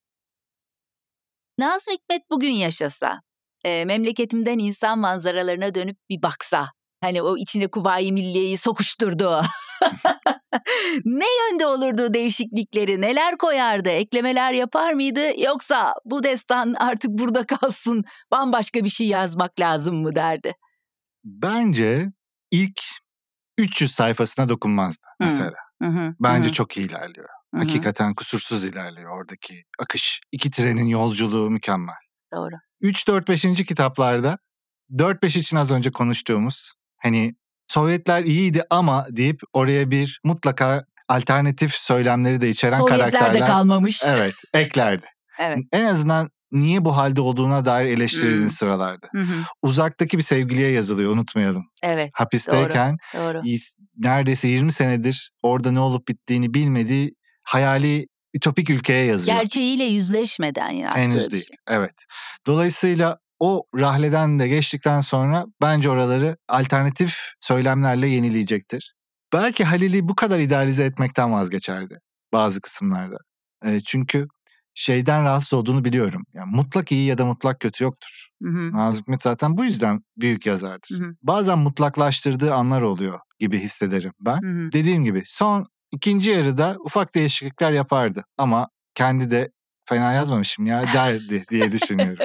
Nazım Hikmet bugün yaşasa, e, memleketimden insan manzaralarına dönüp bir baksa, hani o içine Kuvayi Milliye'yi sokuşturdu. Ne yönde olurdu değişiklikleri, neler koyardı, eklemeler yapar mıydı, yoksa bu destan artık burada kalsın, bambaşka bir şey yazmak lazım mı derdi? Bence ilk üç yüz sayfasına dokunmazdı mesela. Hı hı, Bence hı. çok iyi ilerliyor. Hı-hı. Hakikaten kusursuz ilerliyor oradaki akış. İki trenin yolculuğu mükemmel. Doğru. üç dört beşinci kitaplarda dört beş için az önce konuştuğumuz hani Sovyetler iyiydi ama deyip oraya bir mutlaka alternatif söylemleri de içeren Sovyetler karakterler. Sovyetler de kalmamış. Evet, eklerdi. Evet. En azından niye bu halde olduğuna dair eleştirildiğin hmm. sıralarda. Hı-hı. Uzaktaki bir sevgiliye yazılıyor, unutmayalım. Evet. Hapisteyken doğru, doğru. neredeyse yirmi senedir orada ne olup bittiğini bilmediği hayali ütopik ülkeye yazıyor. Gerçeğiyle yüzleşmeden yazdığı Henüz bir değil. şey. Evet. Dolayısıyla o rahleden de geçtikten sonra bence oraları alternatif söylemlerle yenileyecektir. Belki Halil'i bu kadar idealize etmekten vazgeçerdi bazı kısımlarda. E, çünkü şeyden rahatsız olduğunu biliyorum. Yani mutlak iyi ya da mutlak kötü yoktur. Hı hı. Nazım Hikmet zaten bu yüzden büyük yazardır. Hı hı. Bazen mutlaklaştırdığı anlar oluyor gibi hissederim ben. Hı hı. Dediğim gibi son ikinci yarıda ufak değişiklikler yapardı ama kendi de fena yazmamışım ya derdi diye düşünüyorum.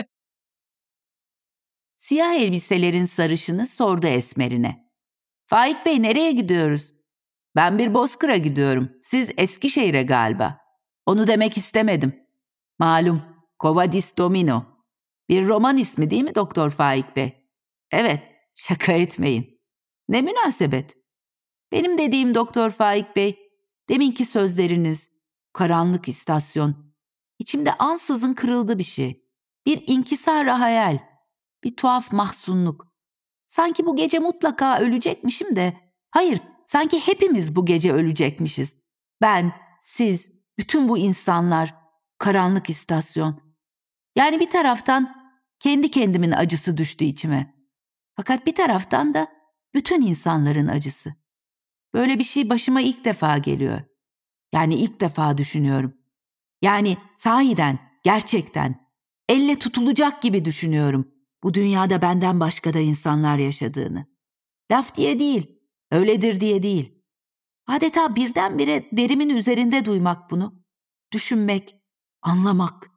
Siyah elbiselerin sarışını sordu Esmer'ine. Faik Bey nereye gidiyoruz? Ben bir bozkıra gidiyorum. Siz Eskişehir'e galiba. Onu demek istemedim. Malum, Covadis Domino. Bir roman ismi değil mi Doktor Faik Bey? Evet, şaka etmeyin. Ne münasebet. Benim dediğim Doktor Faik Bey, deminki sözleriniz, karanlık istasyon. İçimde ansızın kırıldı bir şey. Bir inkisar-ı hayal, bir tuhaf mahzunluk. Sanki bu gece mutlaka ölecekmişim de, hayır, sanki hepimiz bu gece ölecekmişiz. Ben, siz, bütün bu insanlar, karanlık istasyon. Yani bir taraftan kendi kendimin acısı düştü içime. Fakat bir taraftan da bütün insanların acısı. Böyle bir şey başıma ilk defa geliyor. Yani ilk defa düşünüyorum. Yani sahiden, gerçekten, elle tutulacak gibi düşünüyorum. Bu dünyada benden başka da insanlar yaşadığını. Laf diye değil, öyledir diye değil. Adeta birdenbire derimin üzerinde duymak bunu. Düşünmek, anlamak.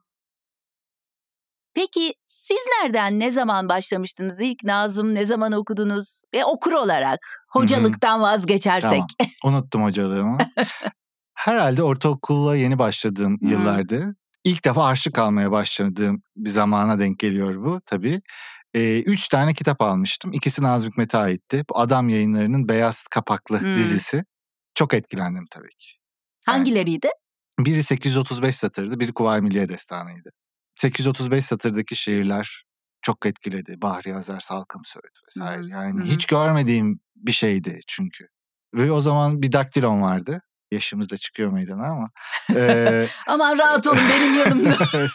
Peki siz nereden, ne zaman başlamıştınız? İlk Nazım ne zaman okudunuz? Ve okur olarak, hocalıktan vazgeçersek. Tamam, unuttum hocalığımı. Herhalde ortaokula yeni başladığım Hmm. yıllardı. İlk defa harçlık almaya başladığım bir zamana denk geliyor bu tabii. Ee, üç tane kitap almıştım. İkisi Nazım Hikmet'e aitti. Bu Adam Yayınları'nın Beyaz Kapaklı Hmm. dizisi. Çok etkilendim tabii ki. Yani, hangileriydi? Biri sekiz yüz otuz beş satırdı, biri Kuvayi Milliye Destanı'ydı. sekiz yüz otuz beş satırdaki şiirler çok etkiledi. Bahri Azer, Salkım Söğüt vesaire. Hmm. Yani Hmm. hiç görmediğim bir şeydi çünkü. Ve o zaman bir daktilom vardı. Yaşımız da çıkıyor meydana ama. E, Aman rahat olun benim yanımda.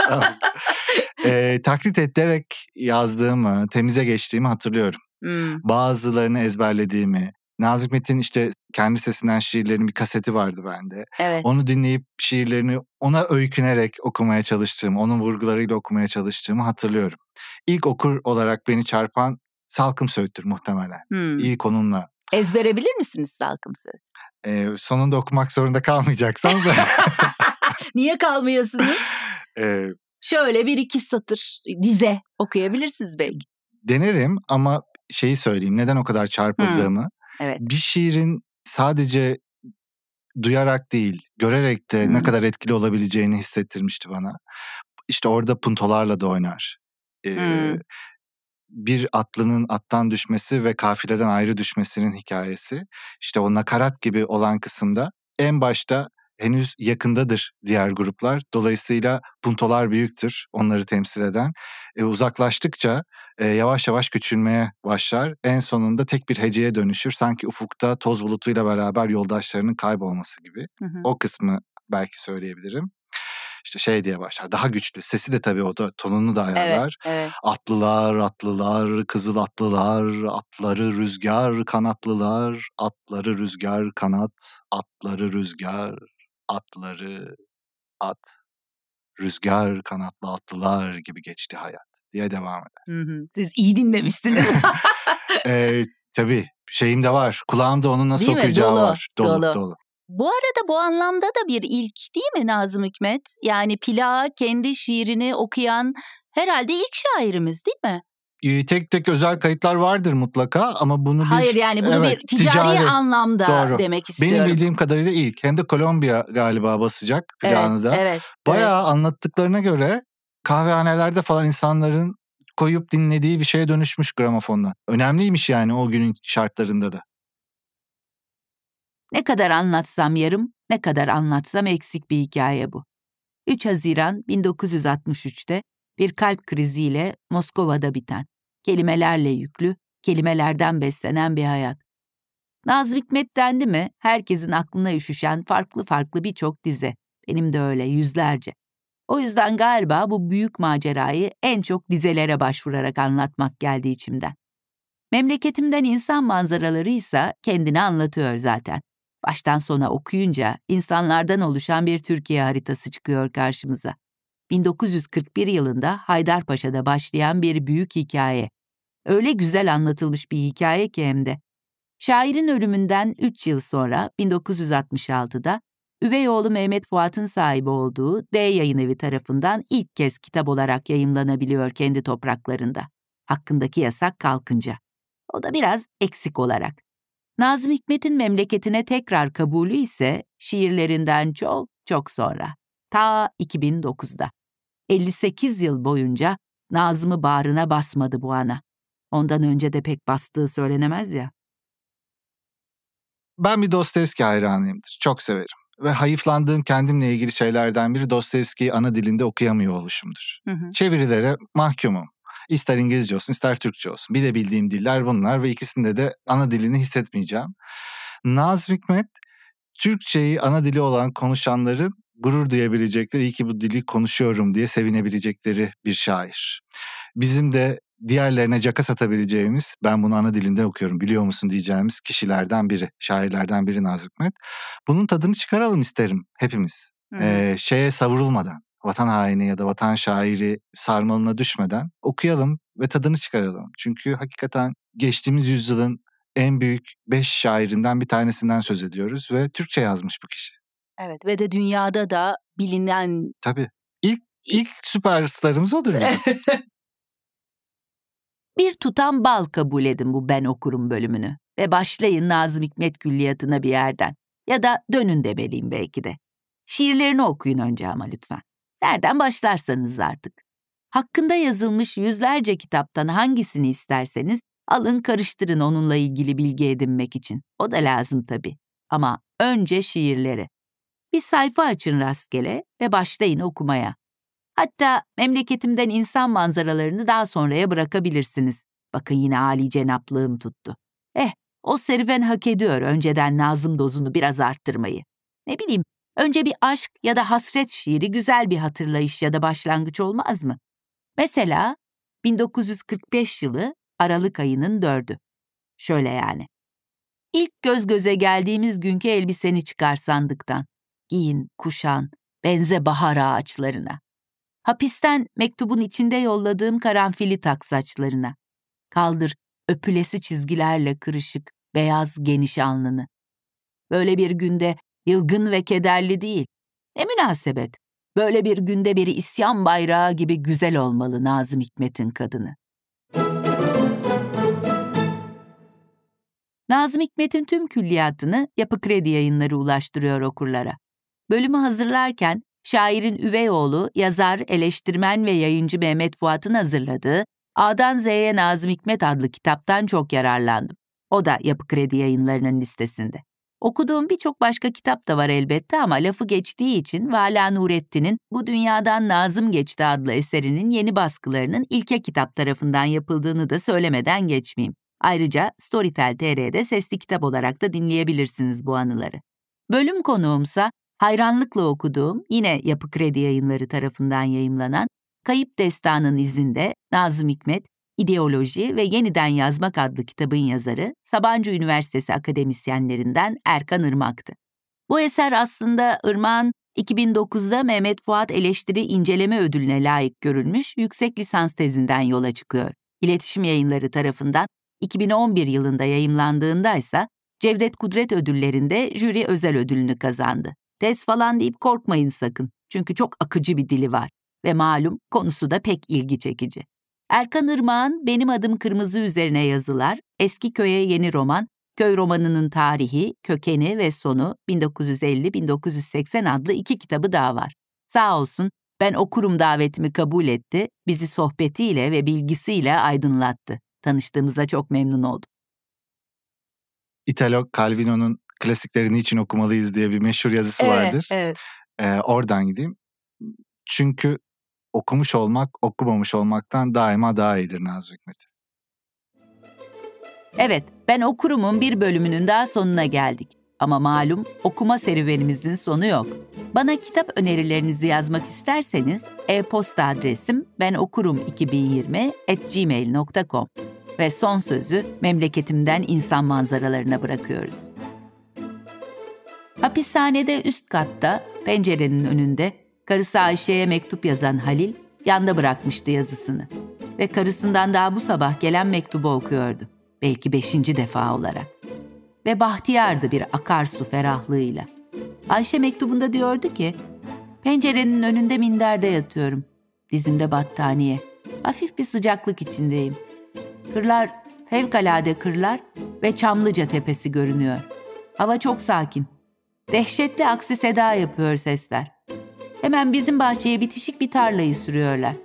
e, taklit ederek yazdığımı, temize geçtiğimi hatırlıyorum. Hmm. Bazılarını ezberlediğimi. Nazım Hikmet'in işte kendi sesinden şiirlerinin bir kaseti vardı bende. Evet. Onu dinleyip şiirlerini ona öykünerek okumaya çalıştığımı, onun vurgularıyla okumaya çalıştığımı hatırlıyorum. İlk okur olarak beni çarpan Salkım Söğüt'tür muhtemelen. Hmm. İlk onunla. Ezbere bilir misiniz Salkım Söğüt? Ee, sonunda okumak zorunda kalmayacaksam da. Niye kalmıyorsunuz? ee, Şöyle bir iki satır dize okuyabilirsiniz belki. Denerim ama şeyi söyleyeyim, neden o kadar çarpıldığımı. Hmm. Evet. Bir şiirin sadece duyarak değil, görerek de hmm. ne kadar etkili olabileceğini hissettirmişti bana. İşte orada puntolarla da oynar. Ee, hmm. Bir atlının attan düşmesi ve kafileden ayrı düşmesinin hikayesi. İşte o nakarat gibi olan kısımda en başta henüz yakındadır diğer gruplar. Dolayısıyla puntolar büyüktür onları temsil eden. Ee, uzaklaştıkça e, yavaş yavaş küçülmeye başlar. En sonunda tek bir heceye dönüşür. Sanki ufukta toz bulutuyla beraber yoldaşlarının kaybolması gibi. Hı hı. O kısmı belki söyleyebilirim. İşte şey diye başlar. Daha güçlü. Sesi de tabii o da tonunu da ayarlar. Evet, evet. Atlılar, atlılar, kızıl atlılar, atları rüzgar kanatlılar, atları rüzgar kanat, atları rüzgar, atları at, rüzgar kanatlı atlılar gibi geçti hayat diye devam eder. Hı hı. Siz iyi dinlemişsiniz. ee, tabii şeyim de var. Kulağımda onu nasıl değil okuyacağı dolu, var. Dolu, dolu. dolu. Bu arada bu anlamda da bir ilk değil mi Nazım Hikmet? Yani plağa kendi şiirini okuyan herhalde ilk şairimiz değil mi? tek tek özel kayıtlar vardır mutlaka ama bunu bir... Hayır yani bunu evet, bir ticari, ticari anlamda doğru. demek istiyorum. Benim bildiğim kadarıyla ilk. Hem de Kolombiya galiba basacak planı evet, da. Evet, Bayağı evet. anlattıklarına göre kahvehanelerde falan insanların koyup dinlediği bir şeye dönüşmüş gramofonla. Önemliymiş yani o günün şartlarında da. Ne kadar anlatsam yarım, ne kadar anlatsam eksik bir hikaye bu. üç Haziran bin dokuz yüz altmış üçte bir kalp kriziyle Moskova'da biten, kelimelerle yüklü, kelimelerden beslenen bir hayat. Nazım Hikmet dendi mi, herkesin aklına üşüşen farklı farklı birçok dize. Benim de öyle, yüzlerce. O yüzden galiba bu büyük macerayı en çok dizelere başvurarak anlatmak geldi içimden. Memleketimden insan manzaraları ise kendini anlatıyor zaten. Baştan sona okuyunca insanlardan oluşan bir Türkiye haritası çıkıyor karşımıza. bin dokuz yüz kırk bir yılında Haydarpaşa'da başlayan bir büyük hikaye. Öyle güzel anlatılmış bir hikaye ki hem de. Şairin ölümünden üç yıl sonra bin dokuz yüz altmış altıda üvey oğlu Mehmet Fuat'ın sahibi olduğu D Yayınevi tarafından ilk kez kitap olarak yayımlanabiliyor kendi topraklarında. Hakkındaki yasak kalkınca. O da biraz eksik olarak. Nazım Hikmet'in memleketine tekrar kabulü ise şiirlerinden çok çok sonra. Ta iki bin dokuzda. elli sekiz yıl boyunca Nazım'ı bağrına basmadı bu ana. Ondan önce de pek bastığı söylenemez ya. Ben bir Dostoyevski hayranıyımdır. Çok severim. Ve hayıflandığım kendimle ilgili şeylerden biri Dostoyevski'yi ana dilinde okuyamıyor oluşumdur. Hı hı. Çevirilere mahkumum. İster İngilizce olsun ister Türkçe olsun. Bir de bildiğim diller bunlar ve ikisinde de ana dilini hissetmeyeceğim. Nazım Hikmet, Türkçeyi ana dili olan konuşanların gurur duyabilecekleri, iyi ki bu dili konuşuyorum diye sevinebilecekleri bir şair. Bizim de diğerlerine caka satabileceğimiz, ben bunu ana dilinde okuyorum biliyor musun diyeceğimiz kişilerden biri, şairlerden biri Nazım Hikmet. Bunun tadını çıkaralım isterim hepimiz. Ee, şeye savrulmadan, vatan haini ya da vatan şairi sarmalına düşmeden okuyalım ve tadını çıkaralım. Çünkü hakikaten geçtiğimiz yüzyılın en büyük beş şairinden bir tanesinden söz ediyoruz ve Türkçe yazmış bu kişi. Evet ve de dünyada da bilinen... Tabii. İlk, ilk süperstarımız odur bizim. Bir tutam bal kabul edin bu ben okurum bölümünü ve başlayın Nazım Hikmet külliyatına bir yerden. Ya da dönün demeliyim belki de. Şiirlerini okuyun önce ama lütfen. Nereden başlarsanız artık. Hakkında yazılmış yüzlerce kitaptan hangisini isterseniz alın karıştırın onunla ilgili bilgi edinmek için. O da lazım tabii. Ama önce şiirleri. Bir sayfa açın rastgele ve başlayın okumaya. Hatta memleketimden insan manzaralarını daha sonraya bırakabilirsiniz. Bakın yine âli cenaplığım tuttu. Eh, o serüven hak ediyor önceden Nazım dozunu biraz arttırmayı. Ne bileyim, önce bir aşk ya da hasret şiiri güzel bir hatırlayış ya da başlangıç olmaz mı? Mesela bin dokuz yüz kırk beş yılı Aralık ayının dördü. Şöyle yani. İlk göz göze geldiğimiz günkü elbiseni çıkar sandıktan. Giyin, kuşan, benze bahar ağaçlarına. Hapisten mektubun içinde yolladığım karanfili tak saçlarına. Kaldır öpülesi çizgilerle kırışık, beyaz geniş alnını. Böyle bir günde yılgın ve kederli değil. Ne münasebet. Böyle bir günde bir isyan bayrağı gibi güzel olmalı Nazım Hikmet'in kadını. Nazım Hikmet'in tüm külliyatını Yapı Kredi Yayınları ulaştırıyor okurlara. Bölümü hazırlarken şairin üvey oğlu, yazar, eleştirmen ve yayıncı Mehmet Fuat'ın hazırladığı A'dan Z'ye Nazım Hikmet adlı kitaptan çok yararlandım. O da Yapı Kredi Yayınları'nın listesinde. Okuduğum birçok başka kitap da var elbette ama lafı geçtiği için Vala Nurettin'in Bu Dünyadan Nazım Geçti adlı eserinin yeni baskılarının İlke Kitap tarafından yapıldığını da söylemeden geçmeyeyim. Ayrıca Storytel nokta T R'de sesli kitap olarak da dinleyebilirsiniz bu anıları. Bölüm konuğumsa hayranlıkla okuduğum, yine Yapı Kredi Yayınları tarafından yayımlanan Kayıp Destanın İzinde Nazım Hikmet, İdeoloji ve Yeniden Yazmak adlı kitabın yazarı Sabancı Üniversitesi akademisyenlerinden Erkan Irmak'tı. Bu eser aslında Irmak'ın iki bin dokuzda Mehmet Fuat Eleştiri İnceleme Ödülüne layık görülmüş yüksek lisans tezinden yola çıkıyor. İletişim Yayınları tarafından iki bin on bir yılında yayımlandığında ise Cevdet Kudret Ödülleri'nde jüri özel ödülünü kazandı. Tez falan deyip korkmayın sakın. Çünkü çok akıcı bir dili var. Ve malum konusu da pek ilgi çekici. Erkan Irmak'ın Benim Adım Kırmızı üzerine yazılar, Eski Köye Yeni Roman, Köy romanının tarihi, kökeni ve sonu bin dokuz yüz elli bin dokuz yüz seksen adlı iki kitabı daha var. Sağ olsun ben okurum davetimi kabul etti, bizi sohbetiyle ve bilgisiyle aydınlattı. Tanıştığımıza çok memnun oldum. Italo Calvino'nun Klasikleri Niçin Okumalıyız diye bir meşhur yazısı Evet, vardır. evet. Ee, oradan gideyim. Çünkü okumuş olmak, okumamış olmaktan daima daha iyidir Nazım Hikmet'i. Evet, Ben Okurum'un bir bölümünün daha sonuna geldik. Ama malum okuma serüvenimizin sonu yok. Bana kitap önerilerinizi yazmak isterseniz e-posta adresim benokurum iki bin yirmi at gmail nokta com ve son sözü memleketimden insan manzaralarına bırakıyoruz. Hapishanede üst katta, pencerenin önünde karısı Ayşe'ye mektup yazan Halil yanda bırakmıştı yazısını ve karısından daha bu sabah gelen mektubu okuyordu. Belki beşinci defa olarak. Ve bahtiyardı bir akarsu ferahlığıyla. Ayşe mektubunda diyordu ki, pencerenin önünde minderde yatıyorum. Dizimde battaniye. Hafif bir sıcaklık içindeyim. Kırlar, fevkalade kırlar ve Çamlıca tepesi görünüyor. Hava çok sakin. Dehşetli aksi seda yapıyor sesler. Hemen bizim bahçeye bitişik bir tarlayı sürüyorlar.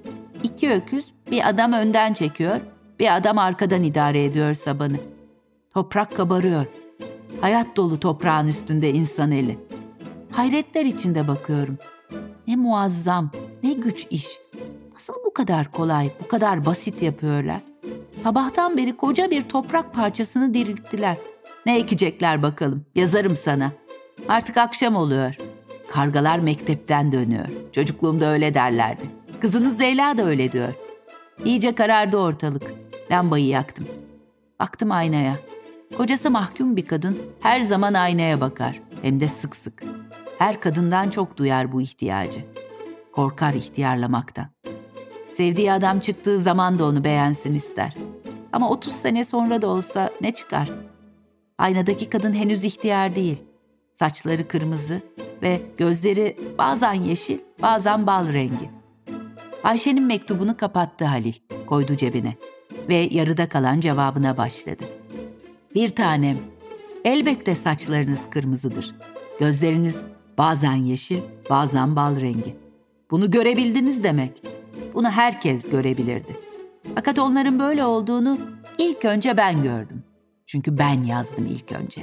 İki öküz bir adam önden çekiyor, bir adam arkadan idare ediyor sabanı. Toprak kabarıyor. Hayat dolu toprağın üstünde insan eli. Hayretler içinde bakıyorum. Ne muazzam, ne güç iş. Nasıl bu kadar kolay, bu kadar basit yapıyorlar? Sabahtan beri koca bir toprak parçasını dirilttiler. Ne ekecekler bakalım, yazarım sana. Artık akşam oluyor. Kargalar mektepten dönüyor. Çocukluğumda öyle derlerdi. Kızınız Leyla da öyle diyor. İyice karardı ortalık. Lambayı yaktım. Baktım aynaya. Kocası mahkum bir kadın her zaman aynaya bakar. Hem de sık sık. Her kadından çok duyar bu ihtiyacı. Korkar ihtiyarlamaktan. Sevdiği adam çıktığı zaman da onu beğensin ister. Ama otuz sene sonra da olsa ne çıkar? Aynadaki kadın henüz ihtiyar değil. Saçları kırmızı ve gözleri bazen yeşil, bazen bal rengi. Ayşe'nin mektubunu kapattı Halil, koydu cebine ve yarıda kalan cevabına başladı. Bir tanem, elbette saçlarınız kırmızıdır. Gözleriniz bazen yeşil, bazen bal rengi. Bunu görebildiniz demek. Bunu herkes görebilirdi. Fakat onların böyle olduğunu ilk önce ben gördüm. Çünkü ben yazdım ilk önce.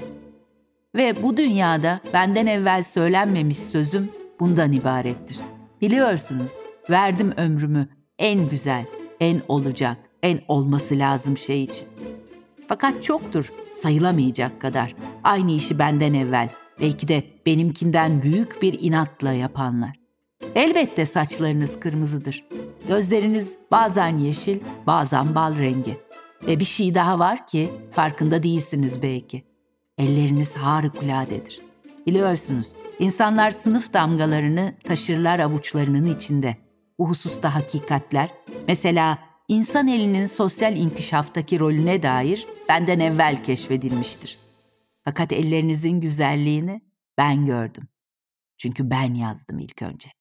Ve bu dünyada benden evvel söylenmemiş sözüm bundan ibarettir. Biliyorsunuz, verdim ömrümü en güzel, en olacak, en olması lazım şey için. Fakat çoktur, sayılamayacak kadar. Aynı işi benden evvel, belki de benimkinden büyük bir inatla yapanlar. Elbette saçlarınız kırmızıdır. Gözleriniz bazen yeşil, bazen bal rengi. Ve bir şey daha var ki farkında değilsiniz belki. Elleriniz harikuladedir. Biliyorsunuz, insanlar sınıf damgalarını taşırlar avuçlarının içinde. Bu hususta hakikatler, mesela insan elinin sosyal inkişaftaki rolüne dair benden evvel keşfedilmiştir. Fakat ellerinizin güzelliğini ben gördüm. Çünkü ben yazdım ilk önce.